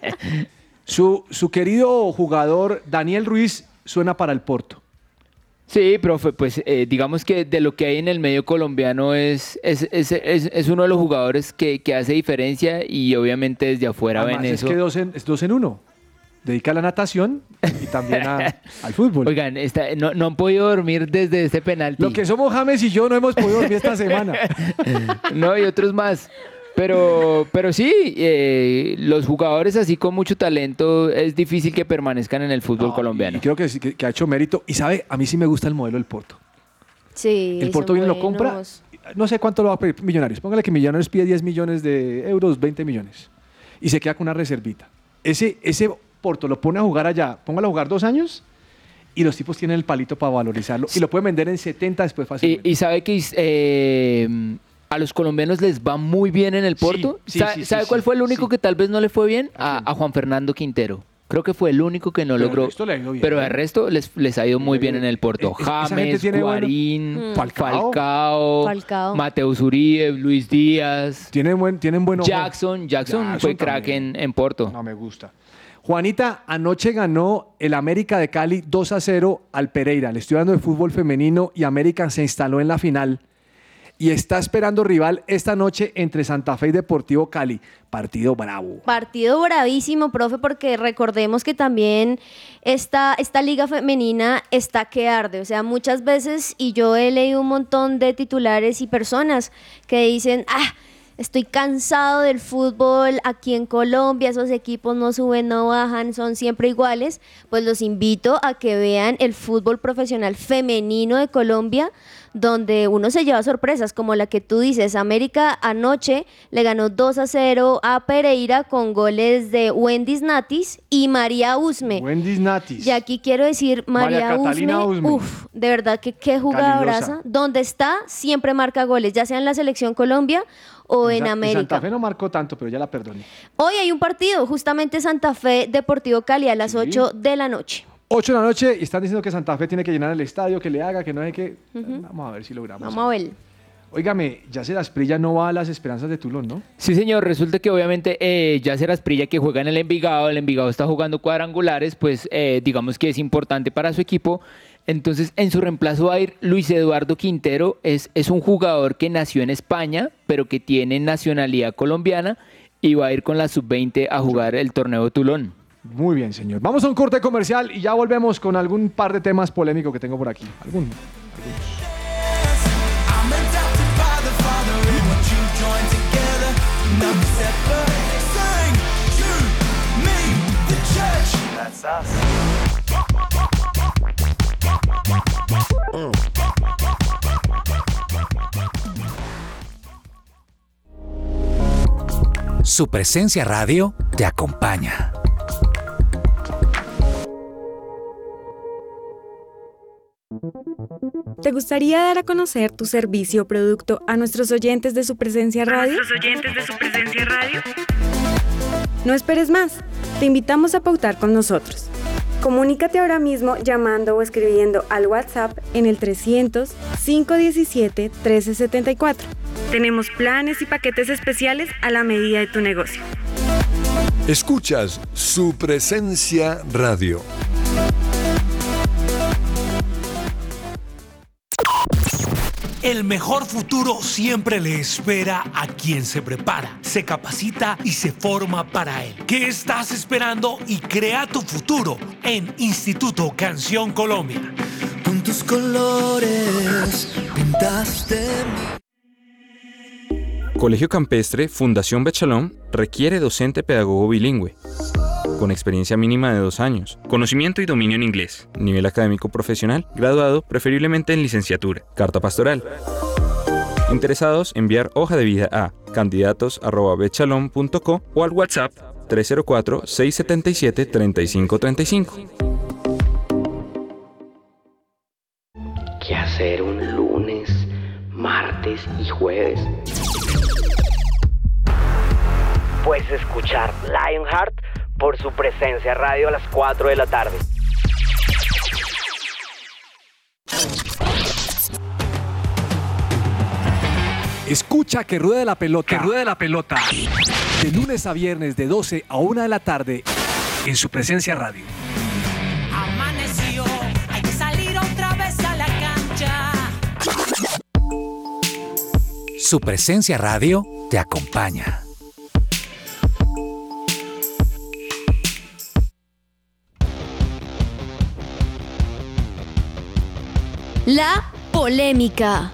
su, su querido jugador Daniel Ruiz suena para el Porto. Sí, profe, pues eh, digamos que de lo que hay en el medio colombiano es, es, es, es- es uno de los jugadores que, que hace diferencia y obviamente desde afuera Además, ven es eso. que dos en, es dos en uno. Dedica a la natación y también a- al fútbol. Oigan, esta- no, no han podido dormir desde este penalti. Lo que somos James y yo no hemos podido dormir esta semana. No, y otros más. Pero, pero sí, eh, los jugadores así con mucho talento es difícil que permanezcan en el fútbol No, colombiano. Y creo que, sí, que, que ha hecho mérito. Y sabe, a mí sí me gusta el modelo del Porto. Sí, El Porto son viene y lo compra. buenos. No sé cuánto lo va a pedir Millonarios. Póngale que Millonarios pide diez millones de euros, veinte millones. Y se queda con una reservita. Ese, ese Porto lo pone a jugar allá. Póngalo a jugar dos años y los tipos tienen el palito para valorizarlo. Y lo pueden vender en setenta después fácilmente. Y, y sabe que eh, a los colombianos les va muy bien en el Porto. sí, ¿Sabe, sí, sí, sabe sí, cuál fue el único sí. que tal vez no le fue bien? A, a Juan Fernando Quintero. Creo que fue el único que no Pero el logró. resto le ha ido bien. Pero el resto les, les ha ido muy bien en el Porto. Eh, esa gente James, tiene bueno- Guarín, Mm. Falcao. Falcao, Falcao. Mateus Uribe, Luis Díaz, Tienen buen, tienen buen ojo. Jackson. Jackson. Jackson fue crack también. en, en Porto. No me gusta. Juanita, anoche ganó el América de Cali dos a cero al Pereira. Le estoy hablando de fútbol femenino y América se instaló en la final. Y está esperando rival esta noche entre Santa Fe y Deportivo Cali. Partido bravo. Partido bravísimo, profe, porque recordemos que también esta, esta liga femenina está que arde. O sea, muchas veces, y yo he leído un montón de titulares y personas que dicen, ah, estoy cansado del fútbol aquí en Colombia, esos equipos no suben, no bajan, son siempre iguales, pues los invito a que vean el fútbol profesional femenino de Colombia, donde uno se lleva sorpresas, como la que tú dices. América anoche le ganó dos a cero a Pereira con goles de Wendy Natis y María Usme. Wendy Natis. Y aquí quiero decir, María, María Usme, Usme. Uf, de verdad que qué jugadoraza. Donde está, siempre marca goles, ya sea en la Selección Colombia o en, en América. Santa Fe no marcó tanto, pero ya la perdoné. Hoy hay un partido, justamente Santa Fe Deportivo Cali a las sí. ocho de la noche. ocho de la noche y están diciendo que Santa Fe tiene que llenar el estadio, que le haga, que no hay que... Uh-huh. Vamos a ver si logramos. Vamos a ver. Óigame, Yacer Asprilla no va a las Esperanzas de Tulón, ¿no? Sí, señor. Resulta que obviamente eh, Yacer Asprilla, que juega en el Envigado, el Envigado está jugando cuadrangulares, pues eh, digamos que es importante para su equipo. Entonces, en su reemplazo va a ir Luis Eduardo Quintero. Es, es un jugador que nació en España, pero que tiene nacionalidad colombiana y va a ir con la sub veinte a jugar el torneo Tulón. Muy bien, señor. Vamos a un corte comercial y ya volvemos con algún par de temas polémicos que tengo por aquí. ¿Algún? Algunos. Su presencia radio te acompaña. ¿Te gustaría dar a conocer tu servicio o producto a nuestros oyentes de Su Presencia Radio? ¿A nuestros oyentes de Su Presencia Radio? No esperes más. Te invitamos a pautar con nosotros. Comunícate ahora mismo llamando o escribiendo al WhatsApp en el trescientos, cinco diecisiete, trece setenta y cuatro. Tenemos planes y paquetes especiales a la medida de tu negocio. Escuchas Su Presencia Radio. El mejor futuro siempre le espera a quien se prepara, se capacita y se forma para él. ¿Qué estás esperando? Y crea tu futuro en Instituto Canción Colombia. Con tus colores pintaste mi... Colegio Campestre Fundación Bet Shalom requiere docente pedagogo bilingüe, con experiencia mínima de dos años, conocimiento y dominio en inglés, nivel académico profesional, graduado preferiblemente en licenciatura, carta pastoral. Interesados, enviar hoja de vida a candidatos arroba bet shalom punto co o al WhatsApp tres cero cuatro, seis siete siete, tres cinco tres cinco. ¿Qué hacer un lunes, martes y jueves? Pues escuchar Lionheart por Su Presencia Radio a las cuatro de la tarde. Escucha que ruede la pelota. Que ruede la pelota. De lunes a viernes de doce a una de la tarde en Su Presencia Radio. Amaneció, hay que salir otra vez a la cancha. Su Presencia Radio te acompaña. La polémica.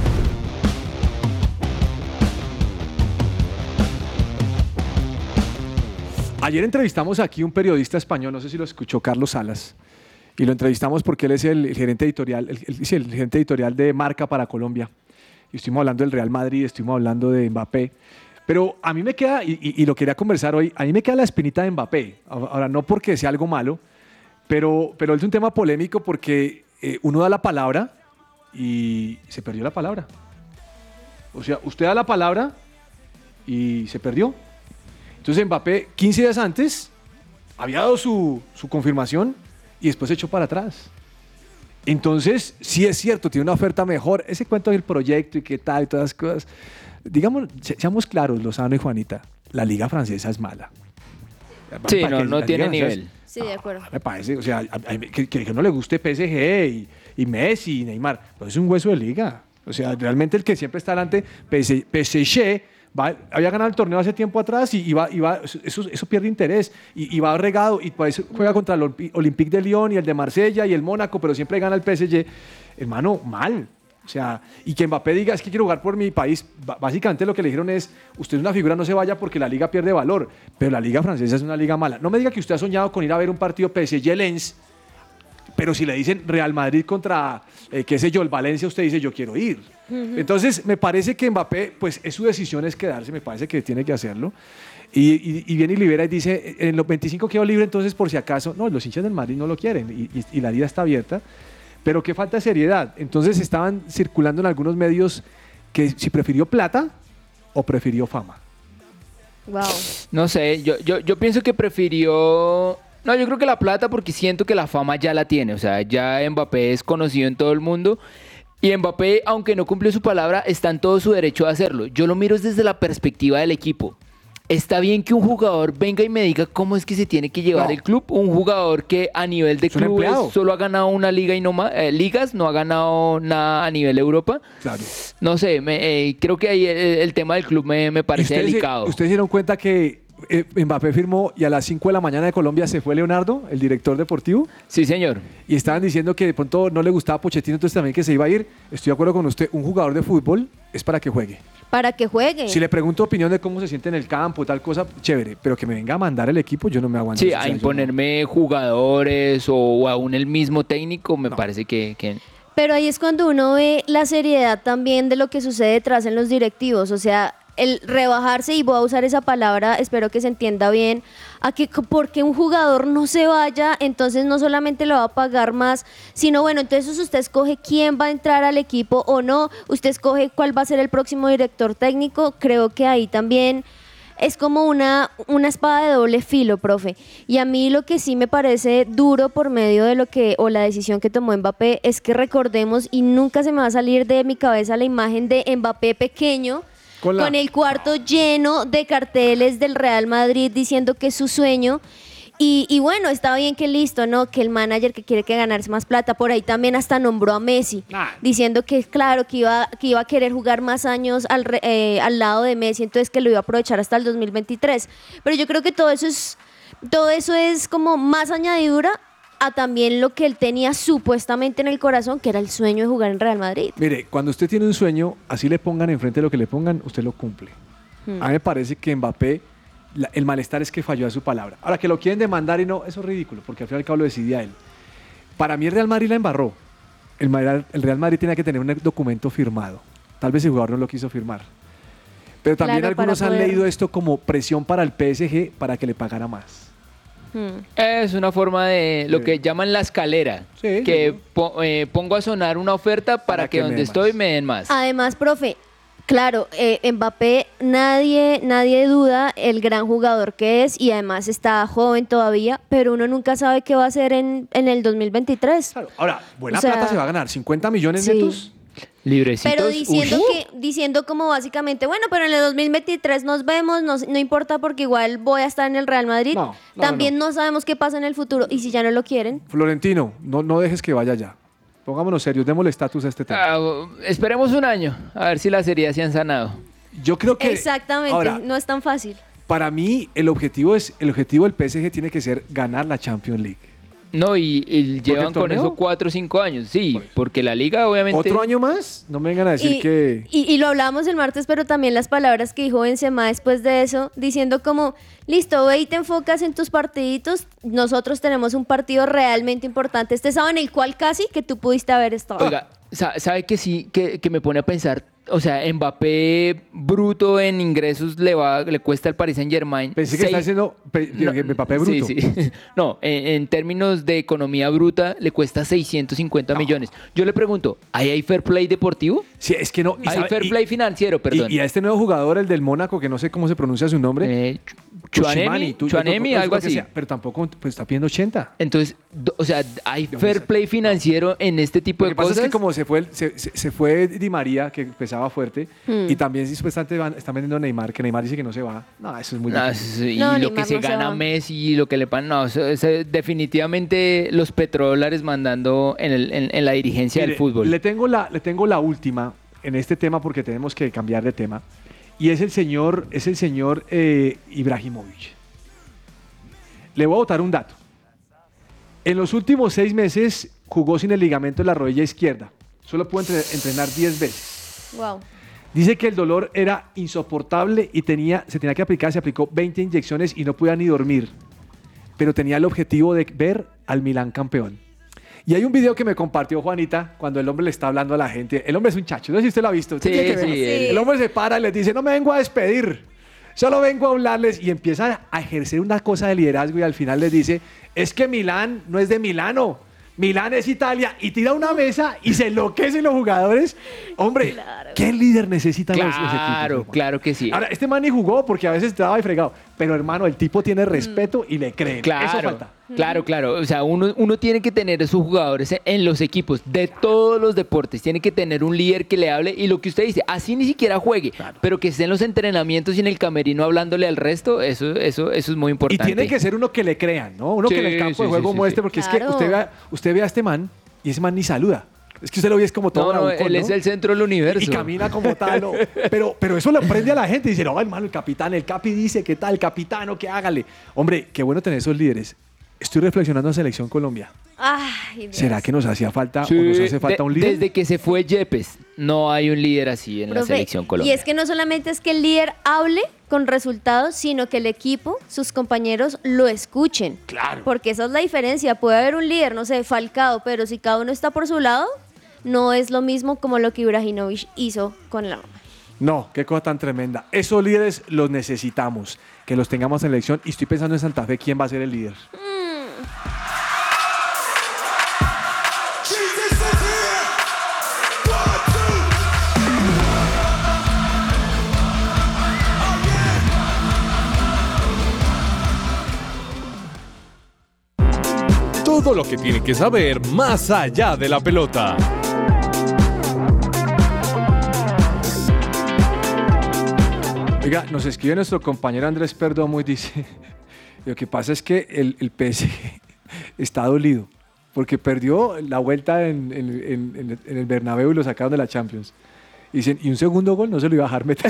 Ayer entrevistamos aquí un periodista español, no sé si lo escuchó, Carlos Salas, y lo entrevistamos porque él es el, el gerente editorial, el, el, el gerente editorial de Marca para Colombia. Y estuvimos hablando del Real Madrid, estuvimos hablando de Mbappé. Pero a mí me queda, y, y, y lo quería conversar hoy, a mí me queda la espinita de Mbappé. Ahora, no porque sea algo malo, pero, pero es un tema polémico porque eh, uno da la palabra y se perdió la palabra. O sea, usted da la palabra y se perdió. Entonces Mbappé, quince días antes, había dado su, su confirmación y después se echó para atrás. Entonces, sí es cierto, tiene una oferta mejor. Ese cuento del proyecto y qué tal y todas las cosas. Digamos, seamos claros, Lozano y Juanita, la liga francesa es mala. Sí, no, no tiene nivel. Sí, de acuerdo. Me parece, o sea, a, a, que, que no le guste P S G y, y Messi y Neymar, pero es un hueso de liga. O sea, realmente el que siempre está delante, P S G, va, había ganado el torneo hace tiempo atrás y, y, va, y va, eso, eso pierde interés y, y va regado y pues juega contra el Olympique de Lyon y el de Marsella y el Mónaco, pero siempre gana el P S G. Hermano, mal. O sea, y que Mbappé diga, es que quiero jugar por mi país, básicamente lo que le dijeron es, usted es una figura, no se vaya porque la liga pierde valor, pero la liga francesa es una liga mala. No me diga que usted ha soñado con ir a ver un partido P S G-Lens, pero si le dicen Real Madrid contra, eh, qué sé yo, el Valencia, usted dice, yo quiero ir. Uh-huh. Entonces, me parece que Mbappé, pues es su decisión es quedarse, me parece que tiene que hacerlo. Y, y, y viene y libera y dice, en los veinticinco quedó libre, entonces por si acaso, no, los hinchas del Madrid no lo quieren y, y, y la liga está abierta. Pero qué falta de seriedad. Entonces estaban circulando en algunos medios que si prefirió plata o prefirió fama. Wow. No sé, yo, yo, yo pienso que prefirió... No, yo creo que la plata porque siento que la fama ya la tiene. O sea, ya Mbappé es conocido en todo el mundo. Y Mbappé, aunque no cumplió su palabra, está en todo su derecho de hacerlo. Yo lo miro desde la perspectiva del equipo. Está bien que un jugador venga y me diga cómo es que se tiene que llevar no. el club. Un jugador que a nivel de clubes solo ha ganado una liga y no más, eh, ligas, no ha ganado nada a nivel Europa. Claro. No sé, me, eh, creo que ahí el, el tema del club me, me parece ¿Ustedes delicado. Se, ¿Ustedes se dieron cuenta que eh, Mbappé firmó y a las cinco de la mañana de Colombia se fue Leonardo, el director deportivo? Sí, señor. Y estaban diciendo que de pronto no le gustaba Pochettino, entonces también que se iba a ir. Estoy de acuerdo con usted, un jugador de fútbol es para que juegue. Para que juegue. Si le pregunto opinión de cómo se siente en el campo, tal cosa, chévere, pero que me venga a mandar el equipo, yo no me aguanto. Sí, o sea, a imponerme no. jugadores o, o aún el mismo técnico, me no. parece que, que... Pero ahí es cuando uno ve la seriedad también de lo que sucede detrás en los directivos, o sea, el rebajarse, y voy a usar esa palabra, espero que se entienda bien, a que porque un jugador no se vaya, entonces no solamente le va a pagar más, sino bueno, entonces usted escoge quién va a entrar al equipo o no, usted escoge cuál va a ser el próximo director técnico. Creo que ahí también es como una, una espada de doble filo, profe. Y a mí lo que sí me parece duro por medio de lo que, o la decisión que tomó Mbappé, es que recordemos, y nunca se me va a salir de mi cabeza la imagen de Mbappé pequeño, Con, la... con el cuarto lleno de carteles del Real Madrid diciendo que es su sueño. Y, y bueno, está bien que listo, ¿no? Que el manager que quiere que ganarse más plata, por ahí también hasta nombró a Messi, ah. diciendo que claro, que iba, que iba a querer jugar más años al, eh, al lado de Messi, entonces que lo iba a aprovechar hasta el dos mil veintitrés. Pero yo creo que todo eso es, todo eso es como más añadidura a también lo que él tenía supuestamente en el corazón, que era el sueño de jugar en Real Madrid. Mire, cuando usted tiene un sueño, así le pongan enfrente lo que le pongan, usted lo cumple. Hmm. A mí me parece que Mbappé, la, el malestar es que falló a su palabra. Ahora, que lo quieren demandar y no, eso es ridículo, porque al fin y al cabo lo decidía él. Para mí el Real Madrid la embarró. El, el Real Madrid tenía que tener un documento firmado. Tal vez el jugador no lo quiso firmar. Pero también claro, algunos han poder... leído esto como presión para el P S G para que le pagara más. Es una forma de lo sí. que llaman la escalera, sí, que sí. Po, eh, pongo a sonar una oferta para, para que, que donde estoy más. me den más. Además, profe, claro, eh, Mbappé, nadie, nadie duda el gran jugador que es, y además está joven todavía, pero uno nunca sabe qué va a hacer en, en el dos mil veintitrés. Claro. Ahora, buena o sea, plata se va a ganar, cincuenta millones sí. netos. Librecitos. Pero diciendo que, diciendo como básicamente, bueno, pero en el dos mil veintitrés nos vemos, no, no importa porque igual voy a estar en el Real Madrid. No, no, También no. no sabemos qué pasa en el futuro y si ya no lo quieren. Florentino, no, no dejes que vaya ya. Pongámonos serios, démosle estatus a este tema. Uh, esperemos un año, a ver si las heridas se han sanado. Yo creo que... Exactamente, ahora, no es tan fácil. Para mí, el objetivo, es, el objetivo del P S G tiene que ser ganar la Champions League. No, y, y llevan con eso cuatro o cinco años, sí, pues, porque la liga obviamente... ¿Otro año más? No me vengan a decir y, que... Y, y lo hablábamos el martes, pero también las palabras que dijo Benzema después de eso, diciendo como, listo, ve y te enfocas en tus partiditos, nosotros tenemos un partido realmente importante este sábado en el cual casi que tú pudiste haber estado. Oiga, ¿sabe que sí, que, que me pone a pensar? O sea, Mbappé bruto en ingresos le va le cuesta al Paris Saint-Germain. Pensé que seis... está diciendo no, Mbappé bruto. Sí, sí. No, en, en términos de economía bruta le cuesta seiscientos cincuenta no. millones. Yo le pregunto, ¿ahí hay fair play deportivo? Sí, es que no. Hay sabe, fair play y, financiero, perdón. Y, y a este nuevo jugador, el del Mónaco, que no sé cómo se pronuncia su nombre. Eh, Chuanemi, tú, Chuanemi, tú, tú, algo así. Sea, pero tampoco pues, está pidiendo ochenta. Entonces, o sea, ¿hay fair play financiero en este tipo Lo de que pasa cosas? Es que como se fue, se, se, se fue Di María, que empezaba fuerte, hmm. y también supuestamente van, están vendiendo a Neymar, que Neymar dice que no se va. No, eso es muy no, difícil. Y no, lo Neymar que se no gana se Messi, lo que le pagan, no, eso, eso, definitivamente los petrodólares mandando en, el, en, en la dirigencia Mire, del fútbol. Le tengo, la, le tengo la última en este tema porque tenemos que cambiar de tema, y es el señor, es el señor eh, Ibrahimovic. Le voy a botar un dato. En los últimos seis meses jugó sin el ligamento de la rodilla izquierda. Solo pudo entre- entrenar diez veces. Wow. Dice que el dolor era insoportable y tenía, se tenía que aplicar, se aplicó veinte inyecciones y no podía ni dormir. Pero tenía el objetivo de ver al Milán campeón. Y hay un video que me compartió Juanita cuando el hombre le está hablando a la gente. El hombre es un chacho, no sé si usted lo ha visto. Usted Sí, tiene que sí, verlo. sí. El hombre se para y les dice, no me vengo a despedir, solo vengo a hablarles. Y empieza a ejercer una cosa de liderazgo y al final les dice, es que Milán no es de Milano, Milán es Italia, y tira una mesa y se enloquecen los jugadores. Hombre, Claro. ¿qué líder necesita los, los equipos? Claro, hermano? claro que sí. Ahora, este man ni jugó porque a veces estaba ahí fregado. Pero, hermano, el tipo tiene respeto y le creen. Eso Claro, falta. claro, claro. O sea, uno, uno tiene que tener esos jugadores en los equipos de todos los deportes. Tiene que tener un líder que le hable y lo que usted dice, así ni siquiera juegue, pero que esté en los entrenamientos y en el camerino hablándole al resto, eso, eso, eso es muy Y importante. tiene que ser uno que le crean, ¿no? Uno que en el Sí, campo sí, de juego sí, sí, muestre, sí. porque es Claro. que usted ve, usted ve a este man y ese man ni saluda. Es que usted lo ve es como todo No, no, bravucón, él ¿no? es el centro del universo. Y camina como tal, ¿no? pero, pero eso le prende a la gente. Dice, no, hermano, el capitán, el capi dice, ¿qué tal? Capitano, que hágale. Hombre, qué bueno tener esos líderes. Estoy reflexionando en Selección Colombia. Ay, Dios. ¿Será que nos hacía falta Sí, o nos hace falta de- un líder? Desde que se fue Yepes, no hay un líder así en la Profe, selección y Colombia. es que no solamente es que el líder hable con resultados, sino que el equipo, sus compañeros, lo escuchen. Claro. Porque esa es la diferencia. Puede haber un líder, no sé, Falcao, pero si cada uno está por su lado, no es lo mismo como lo que Ibrahimovic hizo con la Roma. No, qué cosa tan tremenda. Esos líderes los necesitamos, que los tengamos en elección. Y estoy pensando en Santa Fe, ¿quién va a ser el líder? Todo lo que tiene que saber más allá de la pelota. Oiga, nos escribe nuestro compañero Andrés Perdomo y dice, lo que pasa es que el, el P S G está dolido porque perdió la vuelta en, en- en- en- en el Bernabéu y lo sacaron de la Champions. Y dicen, y un segundo gol no se lo iba a dejar meter.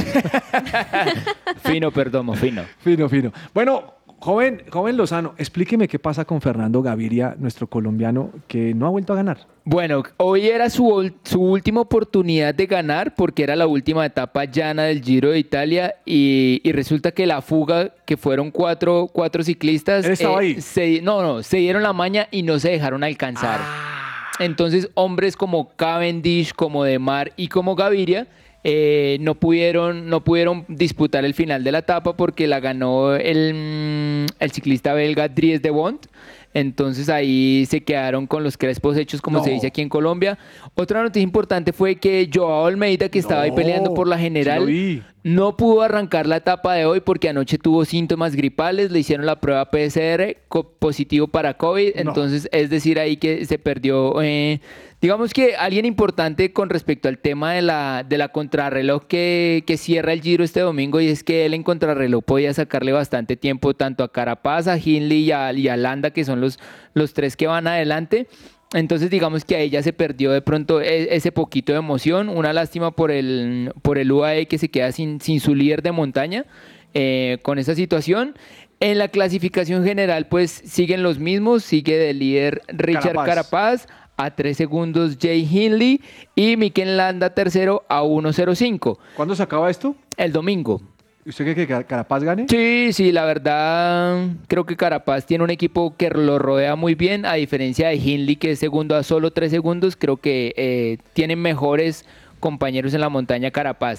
Fino, Perdomo, fino. Fino, fino. Bueno, joven, joven Lozano, explíqueme qué pasa con Fernando Gaviria, nuestro colombiano, que no ha vuelto a ganar. Bueno, hoy era su, ul- su última oportunidad de ganar porque era la última etapa llana del Giro de Italia y, y resulta que la fuga, que fueron cuatro, cuatro ciclistas, Él estaba ahí. se, no, no, se dieron la maña y no se dejaron alcanzar. Entonces, hombres como Cavendish, como Demar y como Gaviria eh, no pudieron, no pudieron disputar el final de la etapa porque la ganó el, mm, el ciclista belga Dries de Bont. Entonces ahí se quedaron con los crespos hechos, como No. se dice aquí en Colombia. Otra noticia importante fue que Joao Almeida, que estaba ahí No, peleando por la sí general, lo vi. no pudo arrancar la etapa de hoy porque anoche tuvo síntomas gripales, le hicieron la prueba P C R co- positivo para COVID, No. entonces es decir ahí que se perdió, eh, digamos que alguien importante con respecto al tema de la, de la contrarreloj que, que cierra el Giro este domingo, y es que él en contrarreloj podía sacarle bastante tiempo tanto a Carapaz, a Hindley y a, y a Landa, que son los, los tres que van adelante. Entonces digamos que ahí ya se perdió de pronto e- ese poquito de emoción, una lástima por el, por el U A E que se queda sin, sin su líder de montaña eh, con esa situación. En la clasificación general pues siguen los mismos, sigue de líder Richard Carapaz. Carapaz, a tres segundos Jay Hindley y Mikel Landa tercero a uno cero cinco. ¿Cuándo se acaba esto? El domingo. ¿Usted cree que Car- Carapaz gane? Sí, sí, la verdad creo que Carapaz tiene un equipo que lo rodea muy bien, a diferencia de Hindley, que es segundo a solo tres segundos, creo que eh, tienen mejores compañeros en la montaña Carapaz.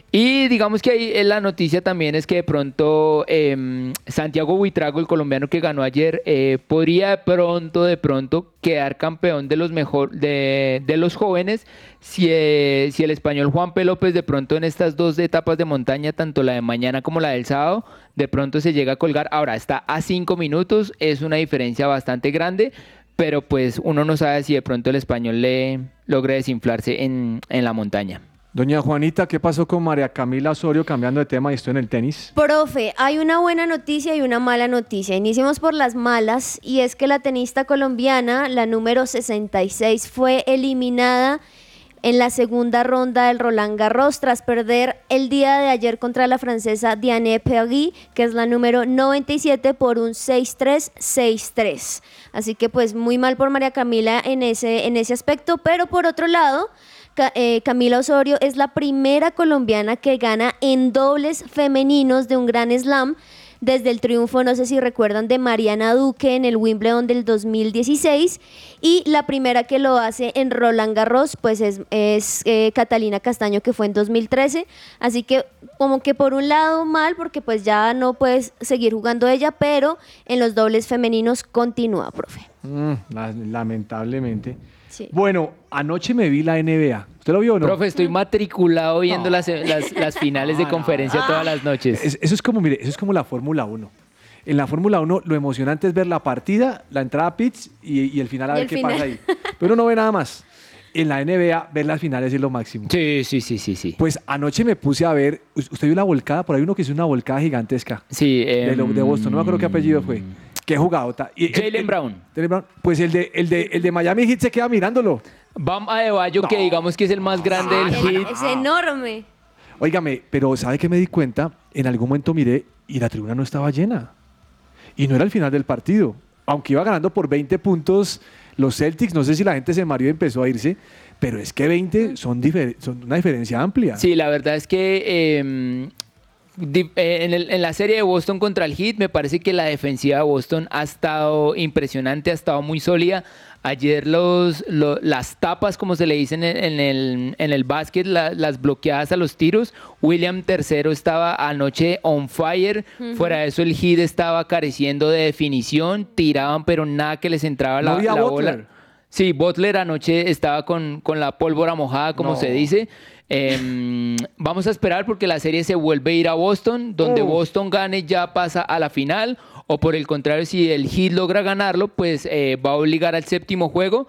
Y digamos que ahí eh, la noticia también es que de pronto eh, Santiago Buitrago, el colombiano que ganó ayer, eh, podría de pronto, de pronto quedar campeón de los mejor, de, de los jóvenes si, eh, si el español Juan P. López de pronto en estas dos etapas de montaña, tanto la de mañana como la del sábado, de pronto se llega a colgar. Ahora está a cinco minutos, es una diferencia bastante grande, pero pues uno no sabe si de pronto el español le logre desinflarse en, en la montaña. Doña Juanita, ¿qué pasó con María Camila Osorio cambiando de tema y estoy en el tenis? Profe, hay una buena noticia y una mala noticia. Iniciemos por las malas, y es que la tenista colombiana, la número sesenta y seis, fue eliminada en la segunda ronda del Roland Garros tras perder el día de ayer contra la francesa Diane Paris, que es la número noventa y siete, por un seis tres, seis tres. Así que pues muy mal por María Camila en ese, en ese aspecto, pero por otro lado, Ca- eh, Camila Osorio es la primera colombiana que gana en dobles femeninos de un Grand Slam desde el triunfo, no sé si recuerdan, de Mariana Duque en el Wimbledon del dos mil dieciséis, y la primera que lo hace en Roland Garros pues es, es eh, Catalina Castaño, que fue en dos mil trece, así que como que por un lado mal porque pues ya no puedes seguir jugando ella, pero en los dobles femeninos continúa, profe. Mm, la- lamentablemente. Sí. Bueno, anoche me vi la N B A. ¿Usted lo vio o no? Profe, estoy matriculado viendo las, las, las finales de conferencia todas las noches. Es- eso es como, mire, eso es como la Fórmula uno. En la Fórmula uno lo emocionante es ver la partida, la entrada a pits y, y el final a Y ver el qué final. pasa ahí. Pero uno no ve nada más. En la N B A, ver las finales es lo máximo. Sí, sí, sí, sí, sí. Pues anoche me puse a ver, ¿usted vio la volcada? Por ahí uno que hizo una volcada gigantesca. Sí, de, lo- de em, Boston, no me acuerdo qué apellido fue. Qué jugadota. Y- Jaylen el- el- Brown. Jaylen Brown. Pues el de, el, de, el de Miami Heat se queda mirándolo. Bam Adebayo, que digamos que es el más grande del hit. Es enorme. Óigame, pero ¿sabe qué me di cuenta? En algún momento miré y la tribuna no estaba llena. Y no era el final del partido. Aunque iba ganando por veinte puntos los Celtics, no sé si la gente se mareó y empezó a irse, pero es que veinte son, difer- son una diferencia amplia. Sí, la verdad es que eh, di- eh, en, el- en la serie de Boston contra el Heat me parece que la defensiva de Boston ha estado impresionante, ha estado muy sólida. Ayer los, lo- las tapas, como se le dicen en, en el, en el básquet, la- las bloqueadas a los tiros. William tercero estaba anoche on fire. Ujú. Fuera de eso, el Heat estaba careciendo de definición. Tiraban, pero nada que les entraba No la, había la Butler. bola. Sí, Butler anoche estaba con, con la pólvora mojada, como No. se dice. Em, vamos a esperar porque la serie se vuelve a ir a Boston. Donde Uf. Boston gane ya pasa a la final. O por el contrario, si el Heat logra ganarlo, pues eh, va a obligar al séptimo juego.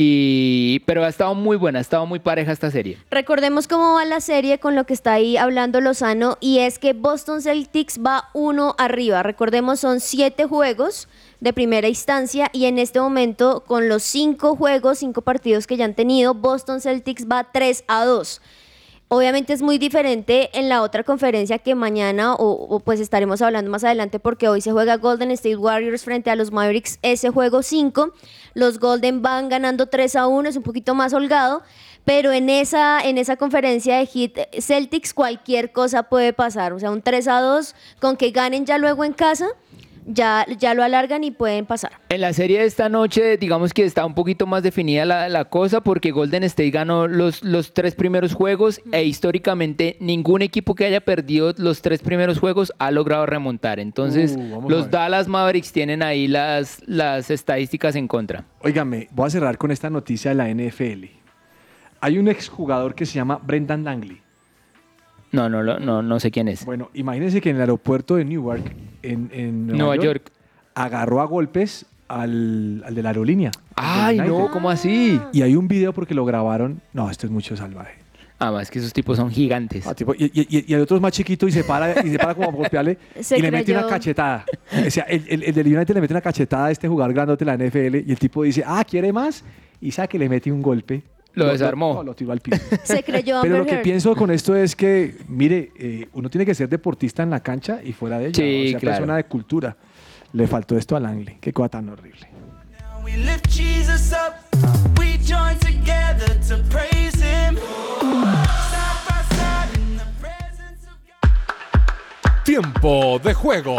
Y, pero ha estado muy buena, ha estado muy pareja esta serie. Recordemos cómo va la serie con lo que está ahí hablando Lozano, y es que Boston Celtics va uno arriba. Recordemos, son siete juegos de primera instancia y en este momento, con los cinco juegos, cinco partidos que ya han tenido, Boston Celtics va tres a dos. Obviamente es muy diferente en la otra conferencia que mañana o, o pues estaremos hablando más adelante, porque hoy se juega Golden State Warriors frente a los Mavericks, ese juego cinco. Los Golden van ganando tres a uno, es un poquito más holgado, pero en esa, en esa conferencia de Heat Celtics cualquier cosa puede pasar, o sea, un tres a dos con que ganen ya luego en casa, ya, ya lo alargan y pueden pasar. En la serie de esta noche, digamos que está un poquito más definida la, la cosa, porque Golden State ganó los, los tres primeros juegos e históricamente ningún equipo que haya perdido los tres primeros juegos ha logrado remontar. Entonces, Uh, vamos a los ver. Dallas Mavericks tienen ahí las, las estadísticas en contra. Óigame, voy a cerrar con esta noticia de la N F L. Hay un exjugador que se llama Brendan Langley. No, no, no, no, no sé quién es. Bueno, imagínense que en el aeropuerto de Newark, en, en Nueva, Nueva York, York. agarró a golpes al, al de la aerolínea. Ay, al del no, United. ¿cómo así? Y hay un video porque lo grabaron. No, esto es mucho salvaje. Ah, más que esos tipos son gigantes. Ah, tipo, y, y- y el otro es más chiquito y se para, y se para como a golpearle Se y le mete creyó. una cachetada. O sea, el, el, el del United le mete una cachetada a este jugador grandote de la N F L y el tipo dice, ah, ¿quiere más? Y sabe que le mete un golpe. Lo desarmó. No, lo tiró al piso. Se creyó Pero Amber lo que Heard. pienso con esto es que, mire, eh, uno tiene que ser deportista en la cancha y fuera de ella. Sí, o sea, claro. persona de cultura. Le faltó esto a Langley. Qué cosa tan horrible. We lift Jesus up, we join together to praise him. Side by side in the presence of Tiempo de juego.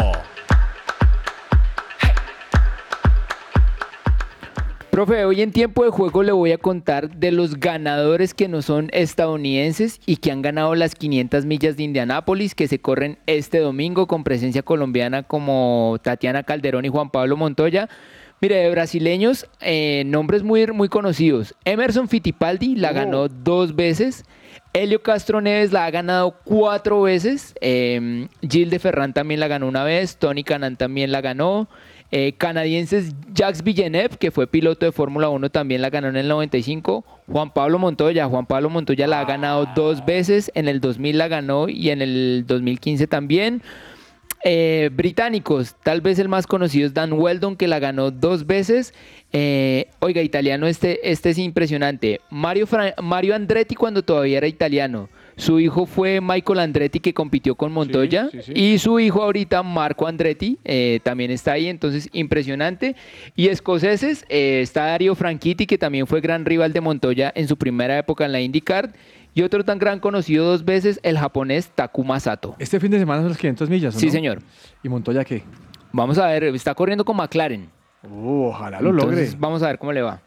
Profe, hoy en tiempo de juego le voy a contar de los ganadores que no son estadounidenses y que han ganado las quinientas millas de Indianápolis, que se corren este domingo con presencia colombiana como Tatiana Calderón y Juan Pablo Montoya. Mire, de brasileños, eh, nombres muy, muy conocidos. Emerson Fittipaldi la Oh. ganó dos veces. Helio Castro Neves la ha ganado cuatro veces. Eh, Gilles de Ferran también la ganó una vez. Tony Kanaan también la ganó. Eh, canadienses Jacques Villeneuve, que fue piloto de Fórmula uno, también la ganó en el noventa y cinco. Juan Pablo Montoya, Juan Pablo Montoya la ha ganado dos veces. En el dos mil la ganó y en el dos mil quince también. Eh, británicos, tal vez el más conocido es Dan Weldon, que la ganó dos veces. Eh, oiga, italiano, este, este es impresionante. Mario, Fra- Mario Andretti cuando todavía era italiano. Su hijo fue Michael Andretti, que compitió con Montoya. Sí, sí, sí. Y su hijo ahorita, Marco Andretti, eh, también está ahí. Entonces, impresionante. Y escoceses, eh, está Dario Franchitti, que también fue gran rival de Montoya en su primera época en la IndyCar. Y otro tan gran conocido dos veces, el japonés Takuma Sato. Este fin de semana son las quinientas millas, ¿o no? Sí, señor. ¿Y Montoya qué? Vamos a ver, está corriendo con McLaren. Uh, ojalá lo Entonces, logre. Vamos a ver cómo le va.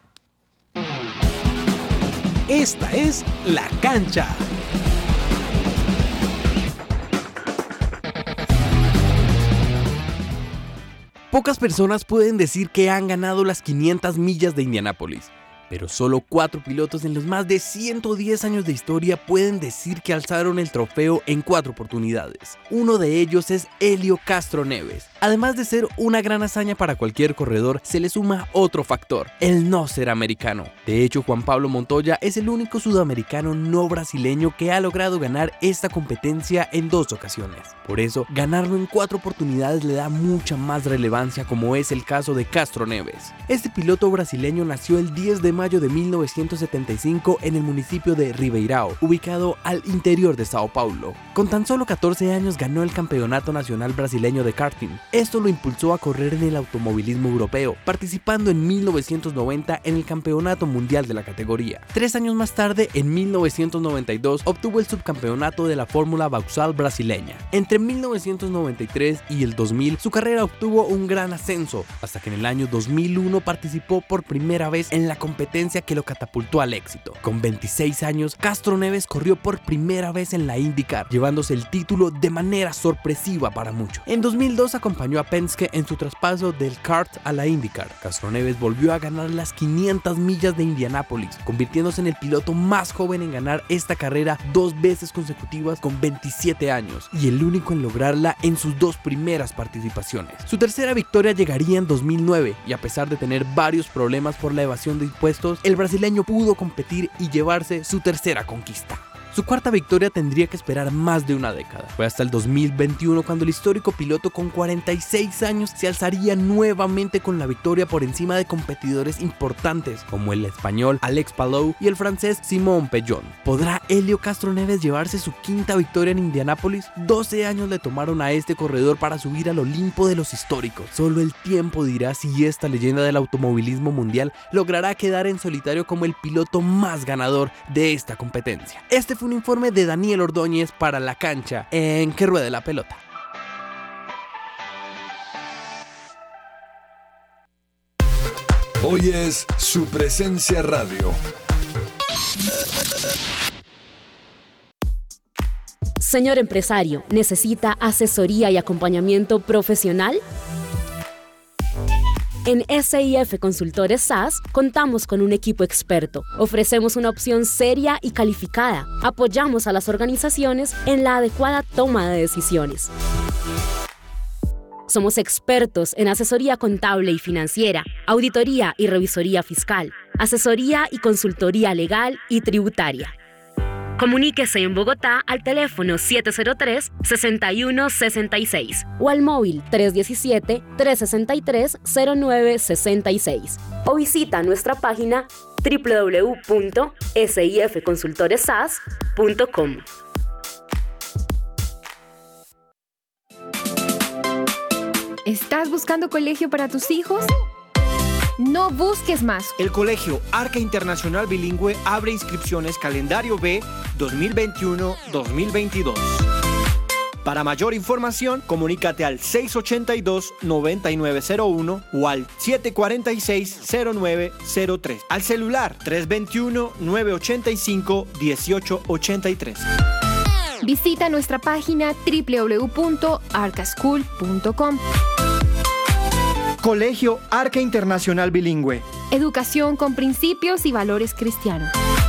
Esta es La Cancha. Pocas personas pueden decir que han ganado las quinientas millas de Indianápolis, pero solo cuatro pilotos en los más de ciento diez años de historia pueden decir que alzaron el trofeo en cuatro oportunidades. Uno de ellos es Helio Castroneves. Además de ser una gran hazaña para cualquier corredor, se le suma otro factor, el no ser americano. De hecho, Juan Pablo Montoya es el único sudamericano no brasileño que ha logrado ganar esta competencia en dos ocasiones. Por eso, ganarlo en cuatro oportunidades le da mucha más relevancia, como es el caso de Castroneves. Este piloto brasileño nació el diez de mayo de mil novecientos setenta y cinco en el municipio de Ribeirão, ubicado al interior de Sao Paulo. Con tan solo catorce años ganó el Campeonato Nacional Brasileño de Karting. Esto lo impulsó a correr en el automovilismo europeo, participando en mil novecientos noventa en el Campeonato Mundial de la categoría. Tres años más tarde, en mil novecientos noventa y dos, obtuvo el subcampeonato de la Fórmula Vauxhall brasileña. Entre mil novecientos noventa y tres y el dos mil, su carrera obtuvo un gran ascenso, hasta que en el año dos mil uno participó por primera vez en la competencia que lo catapultó al éxito. Con veintiséis años, Castroneves corrió por primera vez en la IndyCar, llevándose el título de manera sorpresiva para muchos. En dos mil dos acompañó a Penske en su traspaso del kart a la IndyCar. Castroneves volvió a ganar las quinientas millas de Indianápolis, convirtiéndose en el piloto más joven en ganar esta carrera dos veces consecutivas con veintisiete años, y el único en lograrla en sus dos primeras participaciones. Su tercera victoria llegaría en dos mil nueve, y a pesar de tener varios problemas por la evasión de impuestos, el brasileño pudo competir y llevarse su tercera conquista. Su cuarta victoria tendría que esperar más de una década. Fue hasta el dos mil veintiuno cuando el histórico piloto con cuarenta y seis años se alzaría nuevamente con la victoria por encima de competidores importantes como el español Alex Palou y el francés Simon Pellon. ¿Podrá Helio Castroneves llevarse su quinta victoria en Indianápolis? doce años le tomaron a este corredor para subir al Olimpo de los históricos. Solo el tiempo dirá si esta leyenda del automovilismo mundial logrará quedar en solitario como el piloto más ganador de esta competencia. Este fue un informe de Daniel Ordóñez para La Cancha en Que Ruede la Pelota. Hoy es Su Presencia Radio. Señor empresario, ¿necesita asesoría y acompañamiento profesional? En S I F Consultores S A S contamos con un equipo experto. Ofrecemos una opción seria y calificada. Apoyamos a las organizaciones en la adecuada toma de decisiones. Somos expertos en asesoría contable y financiera, auditoría y revisoría fiscal, asesoría y consultoría legal y tributaria. Comuníquese en Bogotá al teléfono siete cero tres, seis uno seis seis o al móvil tres uno siete, tres seis tres, cero nueve seis seis o visita nuestra página doble u doble u doble u punto s i f consultores s a s punto com. ¿Estás buscando colegio para tus hijos? No busques más. El Colegio Arca Internacional Bilingüe abre inscripciones calendario B dos mil veintiuno dos mil veintidós. Para mayor información, comunícate al seis ocho dos, nueve nueve cero uno o al siete cuatro seis, cero nueve cero tres. Al celular tres dos uno, nueve ocho cinco, uno ocho ocho tres. Visita nuestra página doble u doble u doble u punto arca school punto com. Colegio Arca Internacional Bilingüe. Educación con principios y valores cristianos.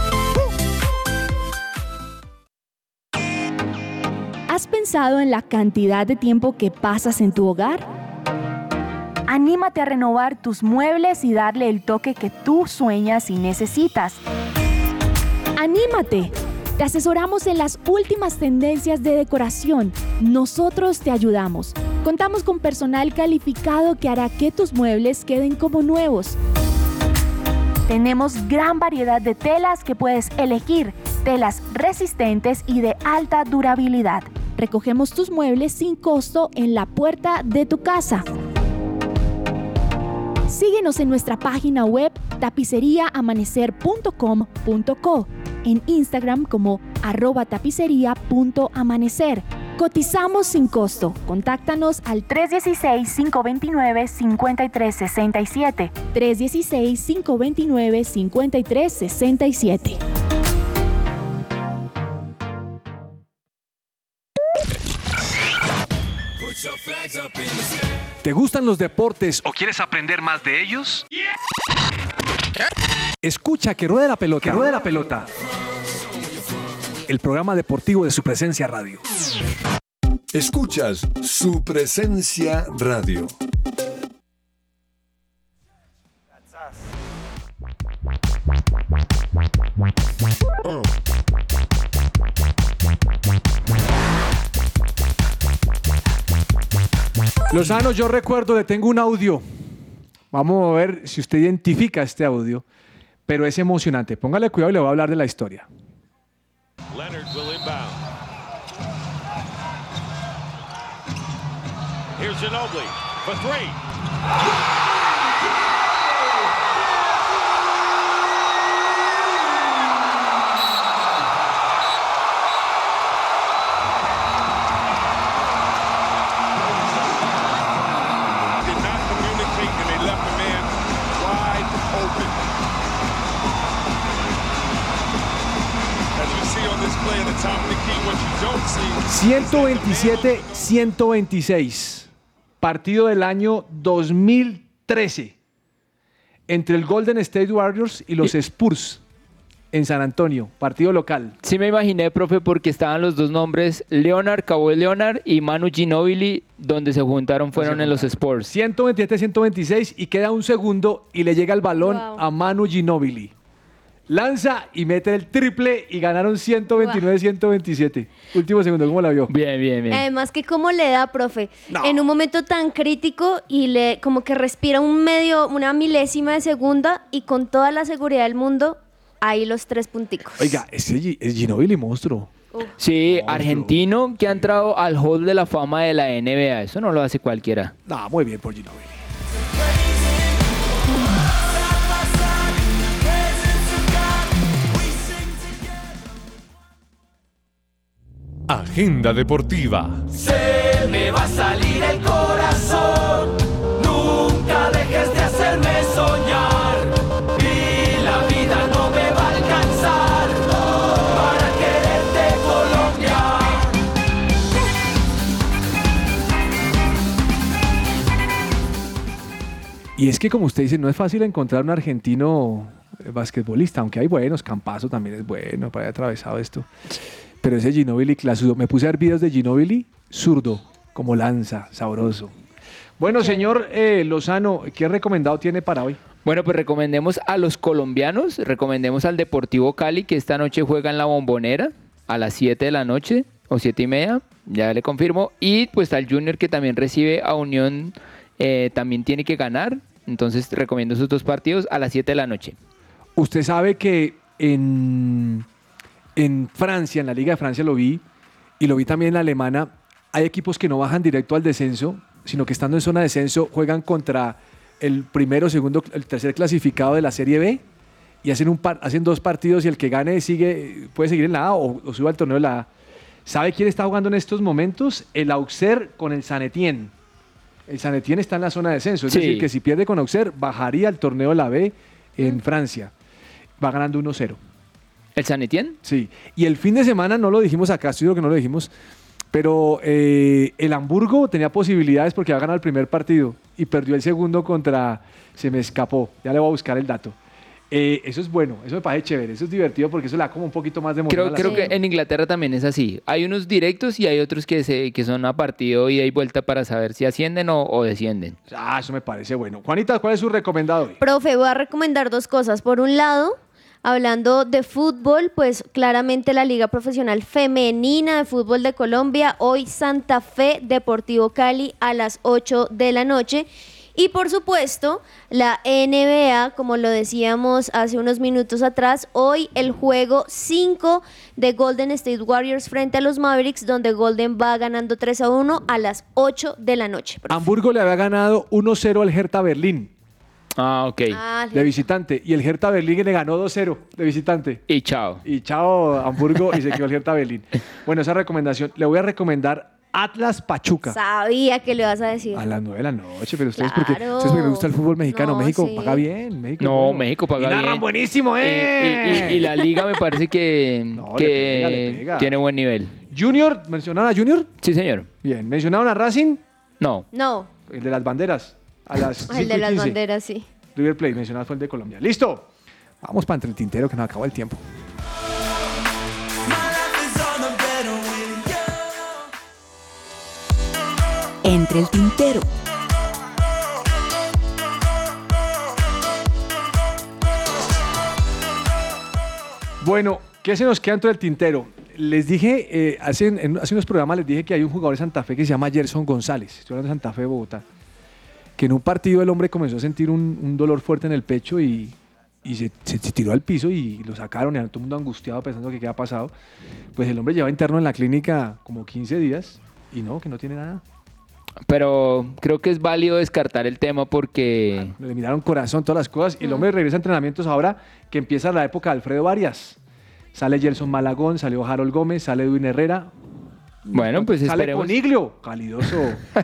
¿Has pensado en la cantidad de tiempo que pasas en tu hogar? Anímate a renovar tus muebles y darle el toque que tú sueñas y necesitas. ¡Anímate! Te asesoramos en las últimas tendencias de decoración. Nosotros te ayudamos. Contamos con personal calificado que hará que tus muebles queden como nuevos. Tenemos gran variedad de telas que puedes elegir, telas resistentes y de alta durabilidad. Recogemos tus muebles sin costo en la puerta de tu casa. Síguenos en nuestra página web tapicería amanecer punto com punto co, en Instagram como arroba tapicería punto amanecer. Cotizamos sin costo. Contáctanos al tres uno seis, cinco dos nueve, cinco tres seis siete. tres uno seis, cinco dos nueve, cinco tres seis siete. ¿Te gustan los deportes o quieres aprender más de ellos? Escucha Que Ruede la Pelota. Que Ruede la Pelota. El programa deportivo de Su Presencia Radio. Escuchas Su Presencia Radio. Lozano, yo recuerdo, le tengo un audio. Vamos a ver si usted identifica este audio, pero es emocionante. Póngale cuidado y le voy a hablar de la historia. Leonard will inbound. Here's Ginobili for three. Did not communicate and they left the man wide open. As you see on this play at the top of the key, what you don't see. ciento veintisiete a ciento veintiséis. Partido del año dos mil trece. Entre el Golden State Warriors y los Spurs en San Antonio. Partido local. Sí me imaginé, profe, porque estaban los dos nombres, Leonard, Kawhi Leonard y Manu Ginobili, donde se juntaron fueron en los Spurs. ciento veintisiete a ciento veintiséis y queda un segundo y le llega el balón wow. a Manu Ginobili. Lanza y mete el triple y ganaron ciento veintinueve a ciento veintisiete. Último segundo, ¿cómo la vio? Bien, bien, bien. Además que cómo le da, profe, no. en un momento tan crítico y le como que respira un medio, una milésima de segunda y con toda la seguridad del mundo, ahí los tres punticos. Oiga, ese es Ginobili monstruo. Uh. Sí, monstruo. Argentino que ha entrado al Hall de la Fama de la N B A. Eso no lo hace cualquiera. No, muy bien por Ginobili. Agenda deportiva. Se me va a salir el corazón. Nunca dejes de hacerme soñar. Y la vida no me va a alcanzar para quererte, Colombia. Y es que, como usted dice, no es fácil encontrar un argentino basquetbolista, aunque hay buenos. Campazo también es bueno para haber atravesado esto. Pero ese Ginobili clasudo. Me puse a ver videos de Ginobili, zurdo, como lanza, sabroso. Bueno, señor eh, Lozano, ¿qué recomendado tiene para hoy? Bueno, pues recomendemos a los colombianos, recomendemos al Deportivo Cali, que esta noche juega en la Bombonera a las siete de la noche, o siete y media, ya le confirmo. Y pues al Junior, que también recibe a Unión, eh, también tiene que ganar. Entonces recomiendo esos dos partidos a las siete de la noche. Usted sabe que en... En Francia, en la Liga de Francia lo vi, y lo vi también en la alemana, hay equipos que no bajan directo al descenso, sino que estando en zona de descenso juegan contra el primero, segundo, el tercer clasificado de la Serie B y hacen, un par, hacen dos partidos y el que gane sigue, puede seguir en la A o, o sube al torneo de la A. ¿Sabe quién está jugando en estos momentos? El Auxerre con el Saint-Étienne. El Saint-Étienne está en la zona de descenso, es sí. decir, que si pierde con Auxerre, bajaría al torneo de la B en Francia. Va ganando uno cero. ¿El Saint-Étienne? Sí. Y el fin de semana, no lo dijimos acá, estoy seguro que no lo dijimos, pero eh, el Hamburgo tenía posibilidades porque había ganado el primer partido y perdió el segundo contra... Se me escapó, ya le voy a buscar el dato. Eh, eso es bueno, eso me parece chévere, eso es divertido porque eso le da como un poquito más de emoción. Creo, creo que en Inglaterra también es así. Hay unos directos y hay otros que, se, que son a partido ida y vuelta para saber si ascienden o, o descienden. Ah, eso me parece bueno. Juanita, ¿cuál es su recomendado hoy? Profe, voy a recomendar dos cosas. Por un lado, Hablando de fútbol, pues claramente la Liga Profesional Femenina de Fútbol de Colombia, hoy Santa Fe Deportivo Cali a las ocho de la noche. Y por supuesto, la N B A, como lo decíamos hace unos minutos atrás, hoy el juego cinco de Golden State Warriors frente a los Mavericks, donde Golden va ganando tres a uno a las ocho de la noche. Hamburgo le había ganado uno cero al Hertha Berlín. Ah, ok. Ah, de visitante. Y el Hertha Berlín le ganó dos cero de visitante. Y chao. Y chao Hamburgo y se quedó el Hertha Berlín. Bueno, esa recomendación. Le voy a recomendar Atlas Pachuca. Sabía que le vas a decir. A las nueve de la noche, pero ustedes Claro. porque, ustedes porque me gusta el fútbol mexicano. No, México sí. paga bien. México, No, bueno. México paga Y narran bien. buenísimo, ¿eh? Y, y- y la liga me parece que, No, que le pega, le pega. tiene buen nivel. Junior, ¿mencionaron a Junior? Sí, señor. Bien. ¿Mencionaron a Racing? No. No, El de las banderas. A las el de las banderas, sí. River Plate, mencionado fue el de Colombia. ¡Listo! Vamos para entre el tintero que nos acabó el tiempo. Entre el tintero. Bueno, ¿qué se nos queda entre el tintero? Les dije, eh, hace, en, hace unos programas les dije que hay un jugador de Santa Fe que se llama Gerson González. Estoy hablando de Santa Fe de Bogotá. Que en un partido el hombre comenzó a sentir un, un dolor fuerte en el pecho y, y se, se- se tiró al piso y lo sacaron y todo el mundo angustiado pensando que qué había pasado. Pues el hombre lleva interno en la clínica como quince días y no, que no tiene nada. Pero creo que es válido descartar el tema porque... Le miraron corazón, todas las cosas. Y el hombre regresa a entrenamientos ahora que empieza la época de Alfredo Arias. Sale Gerson Malagón, salió Harold Gómez, sale Edwin Herrera. Bueno, pues Sale esperemos. Coniglio, calidoso.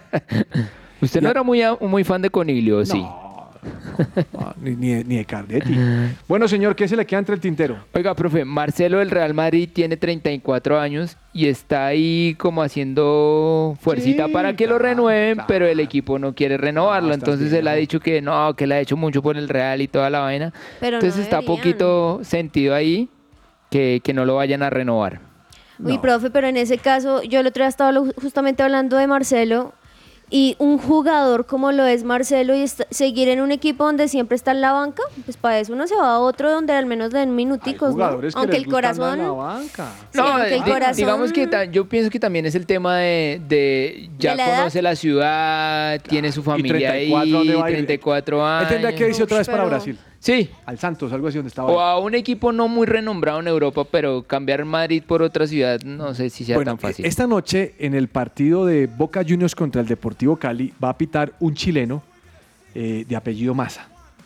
Usted no era muy, a- muy fan de Coniglio, ¿sí? No, ni, ni, de- ni de Cardetti. Bueno, señor, ¿qué se le queda entre el tintero? Oiga, profe, Marcelo del Real Madrid tiene treinta y cuatro años y está ahí como haciendo fuercita Sí, para que lo renueven, pero el equipo no quiere renovarlo. No, estás Entonces él ha viejo. dicho que no, que le ha hecho mucho por el Real y toda la vaina. Pero no Entonces está deberían. poquito sentido ahí que, que no lo vayan a renovar. Uy, profe, pero en ese caso, yo el otro día estaba lo- justamente hablando de Marcelo y un jugador como lo es Marcelo y est- seguir en un equipo donde siempre está en la banca, pues para eso uno se va a otro donde al menos le den minuticos, ¿no? Jugadores que Aunque les el gusta andar corazón... en la banca. Sí, No, aunque el di- corazón- digamos que ta- yo pienso que también es el tema de, de ya ¿De la edad? conoce la ciudad, tiene su familia treinta y cuatro, ahí, ¿dónde va a ir? treinta y cuatro Él años. tendría que irse otra vez para pero- Brasil. Sí. Al Santos, algo así donde estaba. O a un equipo no muy renombrado en Europa, pero cambiar Madrid por otra ciudad no sé si sea Bueno, tan fácil. esta noche en el partido de Boca Juniors contra el Deportivo Cali va a pitar un chileno eh, de apellido Maza.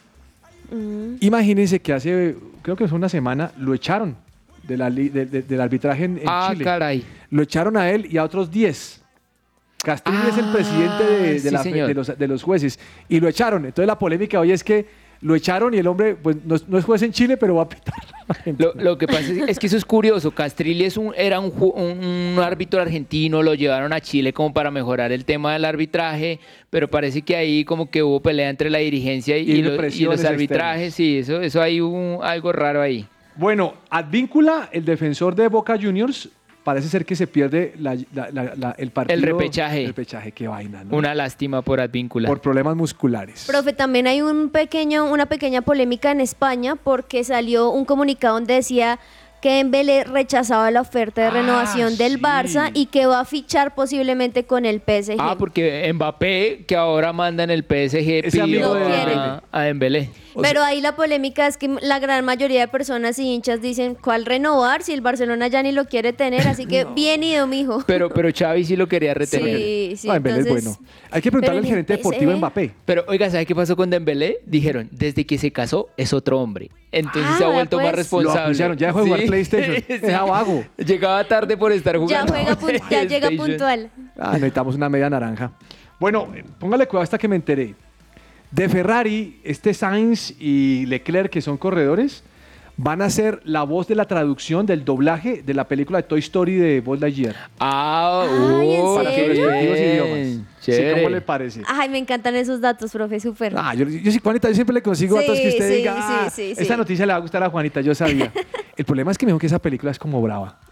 Mm. Imagínense que hace, creo que fue una semana, lo echaron de la li- de- de- del arbitraje en, en Ah, Chile. caray. Lo echaron a él y a otros diez. Castrillo es el Ah, presidente de, de sí, la fe- señor. de los, de los jueces y lo echaron. Entonces la polémica hoy es que lo echaron y el hombre pues, no, es- no es juez en Chile, pero va a pitar. Lo, lo que pasa es, es que eso es curioso. Castrilli es un, era un, ju- un- un árbitro argentino, lo llevaron a Chile como para mejorar el tema del arbitraje, pero parece que ahí como que hubo pelea entre la dirigencia y, Y y lo- y presiones los arbitrajes. Sí, eso, eso hay un- algo raro ahí. Bueno, Advíncula, el defensor de Boca Juniors, parece ser que se pierde la- la- la- la- el partido. El repechaje. El repechaje, qué vaina, ¿no? Una lástima por Advíncula. Por problemas musculares. Profe, también hay un pequeño, una pequeña polémica en España porque salió un comunicado donde decía que Dembélé rechazaba la oferta de renovación del Barça y que va a fichar posiblemente con el P S G. Ah, porque Mbappé, que ahora manda en el P S G, Ese amigo pidió de a, Dembélé. a Dembélé. Pero ahí la polémica es que la gran mayoría de personas y hinchas dicen, ¿cuál renovar si el Barcelona ya ni lo quiere tener? Así que bien ido, mijo. Pero, pero Xavi sí lo quería retener. Sí, sí, Ah, Dembélé es entonces- bueno. Hay que preguntarle pero al en gerente el deportivo P S G. Mbappé. Pero, oiga, ¿sabe qué pasó con Dembélé? Dijeron, desde que se casó es otro hombre. Entonces Ah, se ha vuelto pues. más Lo responsable. acusaron, ya dejó de jugar Sí. PlayStation. Sí. Es vago. Llegaba tarde por estar Ya, jugando. juega pun- ya llega PlayStation. puntual. Ah, necesitamos una media naranja. Bueno, eh, póngale cuidado hasta que me enteré. De Ferrari, este Sainz y Leclerc, que son corredores, van a ser la voz de la traducción del doblaje de la película de Toy Story de Buzz Lightyear. Ah, Ay, ¿en uy, Para sus serio? respectivos bien. idiomas. Sí, Chévere. ¿cómo le parece? Ay, me encantan esos datos, profe, súper. Ah, yo, yo sí, Juanita, yo siempre le consigo Sí, datos que usted sí, diga, sí, ah, sí, esta sí. noticia le va a gustar a Juanita, yo sabía. El problema es que me dijo que esa película es como brava.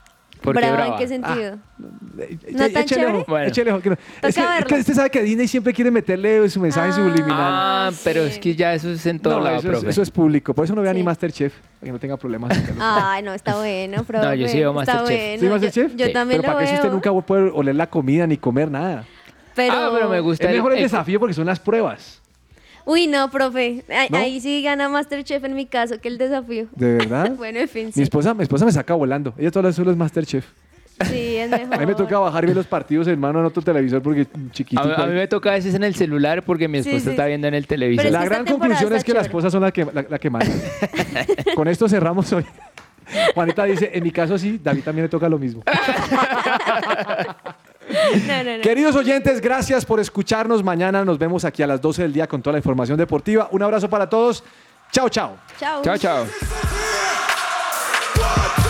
¿Por qué ¿Brava brava? en qué sentido? Ah, ¿No tan échale chévere? ojo, Bueno. échale ojo, que no. Es que, verlo. es que usted sabe que Disney siempre quiere meterle su mensaje subliminal. Ah, pero es que ya eso es en todo No, lado, eso, es, profe. eso es público. Por eso no vea Sí. ni Masterchef, para que no tenga problemas. Ay, no, está bueno, profe. No, yo sí veo Está Masterchef. bueno. ¿Sí, Masterchef? Yo, yo Sí. también Pero lo para que si usted veo. nunca va a poder oler la comida ni comer nada. Pero... Ah, pero me gusta Es mejor el, el- desafío porque son las pruebas. Uy, no, profe. Ahí, ¿No? ahí sí gana Masterchef en mi caso que el desafío. ¿De verdad? Bueno, en fin, Mi sí. esposa, mi esposa me saca volando. Ella todas las solo es Masterchef. Sí, es mejor. A mí me toca bajar y ver los partidos, hermano, en otro televisor porque chiquitico. A mí, a mí me toca a veces en el celular porque mi Sí, esposa sí. está viendo en el televisor. Pero La es que gran esta temporada conclusión es está que las chévere. esposas son las que, la, la que mandan. Con esto cerramos hoy. Juanita dice, en mi caso sí, David también le toca lo mismo. No, no, no. Queridos oyentes, gracias por escucharnos. Mañana nos vemos aquí a las doce del día con toda la información deportiva. Un abrazo para todos. Chao, chao. Chao. Chao, chao. What?